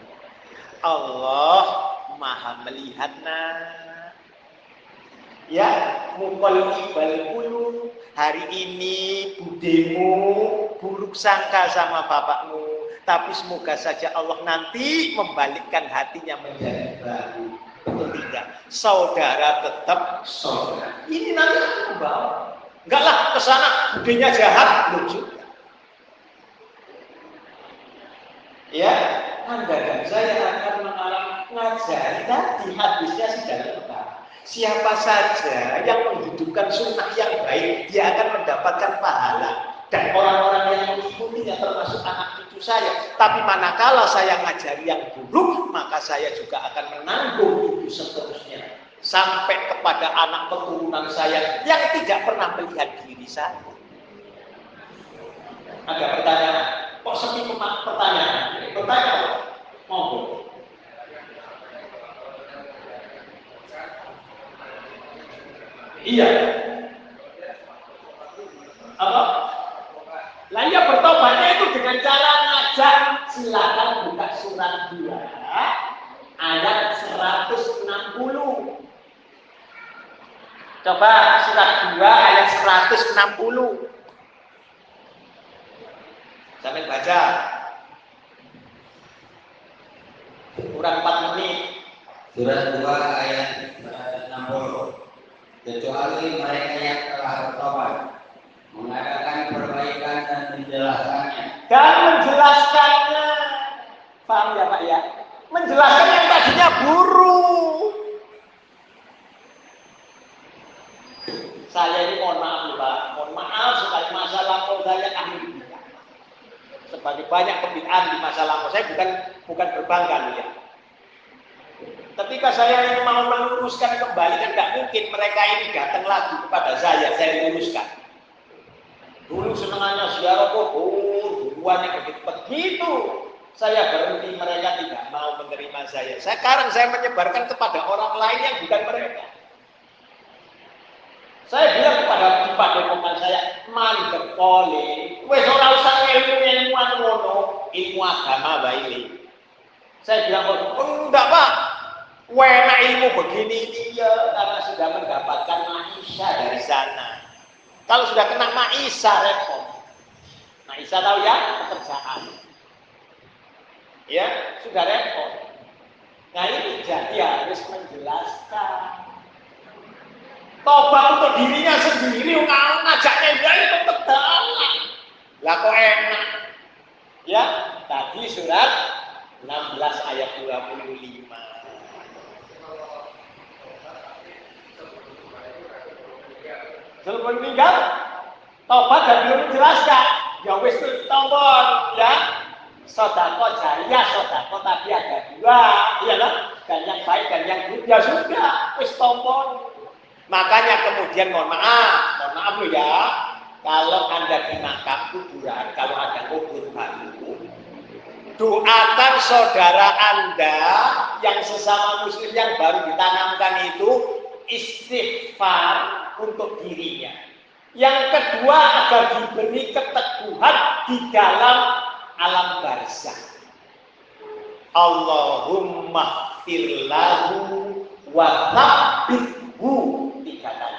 Speaker 1: Allah Maha melihat nak. Ya, mukol ibal bulu. Hari ini budimu buruk sangka sama bapakmu, tapi semoga saja Allah nanti membalikkan hatinya menjadi baik. Betul tidak? Saudara tetap saudara. Ini nanti akan membawa. Enggak lah ke sana budinya jahat, lucu. Ya, Anda dan saya akan mengalami ngajari tadi hadisnya sudah lengkap. Siapa saja yang menghidupkan sunnah yang baik, dia akan mendapatkan pahala. Dan orang-orang yang mengikutinya termasuk anak cucu saya. Tapi manakala saya ngajari yang buruk, maka saya juga akan menanggung itu seterusnya. sampai kepada anak keturunan saya yang tidak pernah melihat diri saya. Ada pertanyaan? Kok sepi pertanyaan? Pertanyaan? Monggo. Iya. Apa? Lah iya bertobatnya itu dengan cara ngajak. Silakan buka surat dua ayat seratus enam puluh. Coba surat dua ayat seratus enam puluh. Sampai baca. Kurang empat menit.
Speaker 5: Surat dua ayat seratus enam puluh. Kecuali mereka yang telah bertobat, mengadakan perbaikan dan menjelaskannya.
Speaker 1: Dan menjelaskannya. Paham ya Pak ya? Menjelaskan yang tadinya buruk. Saya ini mohon maaf Pak, mohon maaf sekali masa lampau saya ahli bid'ah. Sebagai banyak pembid'ahan di masa lampau saya bukan bukan berbangga ya. Ketika saya ini mau meluruskan kembali kan nggak mungkin mereka ini datang lagi kepada saya, saya luruskan. Dulu senangannya ziarah kubur, hubungannya begitu begitu. Saya berhenti, mereka tidak mau menerima saya. Sekarang saya menyebarkan kepada orang lain yang bukan mereka. Saya bilang kepada di padepokan saya, mandek kole, wes ora usah ilmu-ilmuan ngono, ilmu agama bae ini. Saya bilang, oh, enggak Pak. Wena ilmu begini dia karena sudah mendapatkan maisha dari sana. Kalau sudah kena maisha repot. Maisha tahu ya, pekerjaan. Ya, sudah repot. Nah ini jadi harus menjelaskan. Tobat untuk dirinya sendiri, kalau ngajaknya dia itu tegalan. Lah kok enak? Ya, tadi surat enam belas ayat dua puluh lima. Sebelum meninggal, tobat dan belum menjelaskan. Ya wis tombol ya. Sodako jariah, sodako tapi ada dua, iya kan? Dan yang baik dan yang buruk ya sudah, wis tombol. Makanya kemudian mohon maaf, mohon maaf loh ya. Kalau Anda di makam kuburan, kalau ada kubur baru, doakan saudara Anda yang sesama muslim yang baru ditanamkan itu istighfar untuk dirinya. Yang kedua agar diberi keteguhan di dalam alam barzakh. Allahumma firlahu wa thabbithu tiga kali.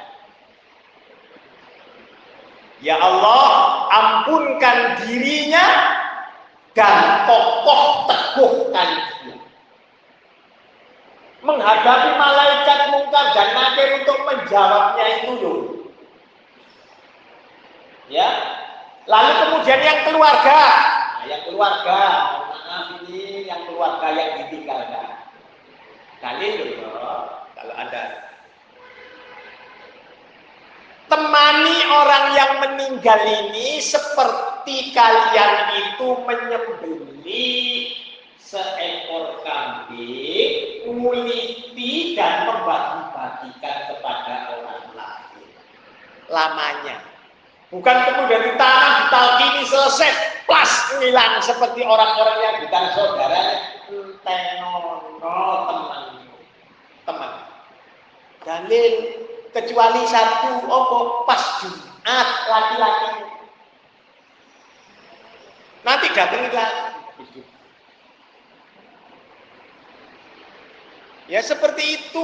Speaker 1: Ya Allah, ampunkan dirinya dan kokoh teguhkan dia. Menghadapi malaikat mungkar dan nakir untuk menjawabnya itu loh. Ya. Lalu kemudian yang keluarga. Nah, yang keluarga, mohon maaf ini yang keluarga yang ditinggalkan. Dalil loh, kalau Anda temani orang yang meninggal ini seperti kalian itu menyembelih seekor kambing, nguliti dan membagi-bagikan kepada orang lain. Lamanya. Bukan kemudian ditanam, ditalkini, selesai, plus ngilang seperti orang-orang yang bukan saudaranya. Tenono teman. Teman. Dalil kecuali satu, opo pas Jumat laki-laki. Nanti datang lagi. Ya seperti itu.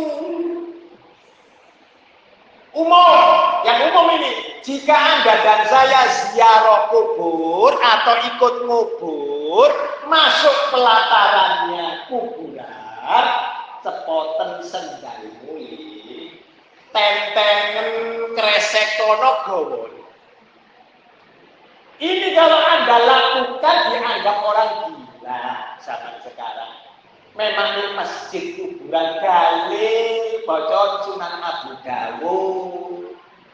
Speaker 1: Umum, yang umum ini, jika Anda dan saya ziarah kubur atau ikut ngubur, masuk pelatarannya kuburan, cepoten sendal muli, tentengen kresek tono gowon. Ini kalau Anda lakukan dianggap orang gila zaman sekarang. Memang ini masjid kuburan kali bocor Sunan Abu Dawud.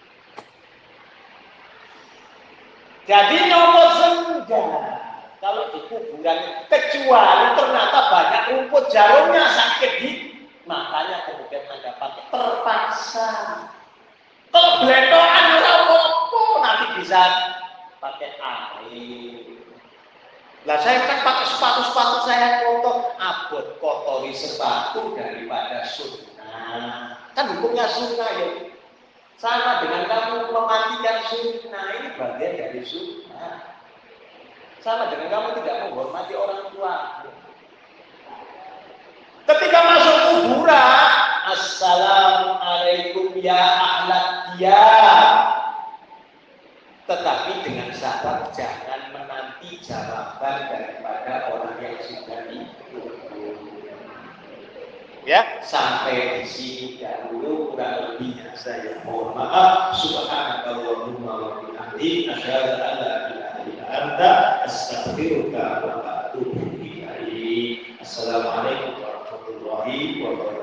Speaker 1: Jadi nyomot sendal kalau di kuburan, kecuali ternyata banyak rumput jarumnya sakit di Makanya kemudian Anda pakai terpaksa. Kalau beletokan ora apa-apa, nanti bisa pakai air. Lah saya kan pakai sepatu-sepatu saya kotor, abot kotori sepatu daripada sunnah. Kan hukumnya sunnah ya. Sama dengan kamu mematikan sunnah, ini bagian dari sunnah. Sama dengan kamu tidak menghormati orang tua. Ketika masuk kuburan, assalamualaikum ya ahlat diyar. Tetapi dengan syarat jangan menanti jawaban daripada orang yang sudah hidup. Ya, sampai di sini dahulu, kurang lebihnya saya mohon maaf. Subhanakallahumma wa bihamdika, asyhadu an la ilaha illa anta, astaghfiruka wa atubu ilaik. Assalamualaikum warahmatullahi wabarakatuh.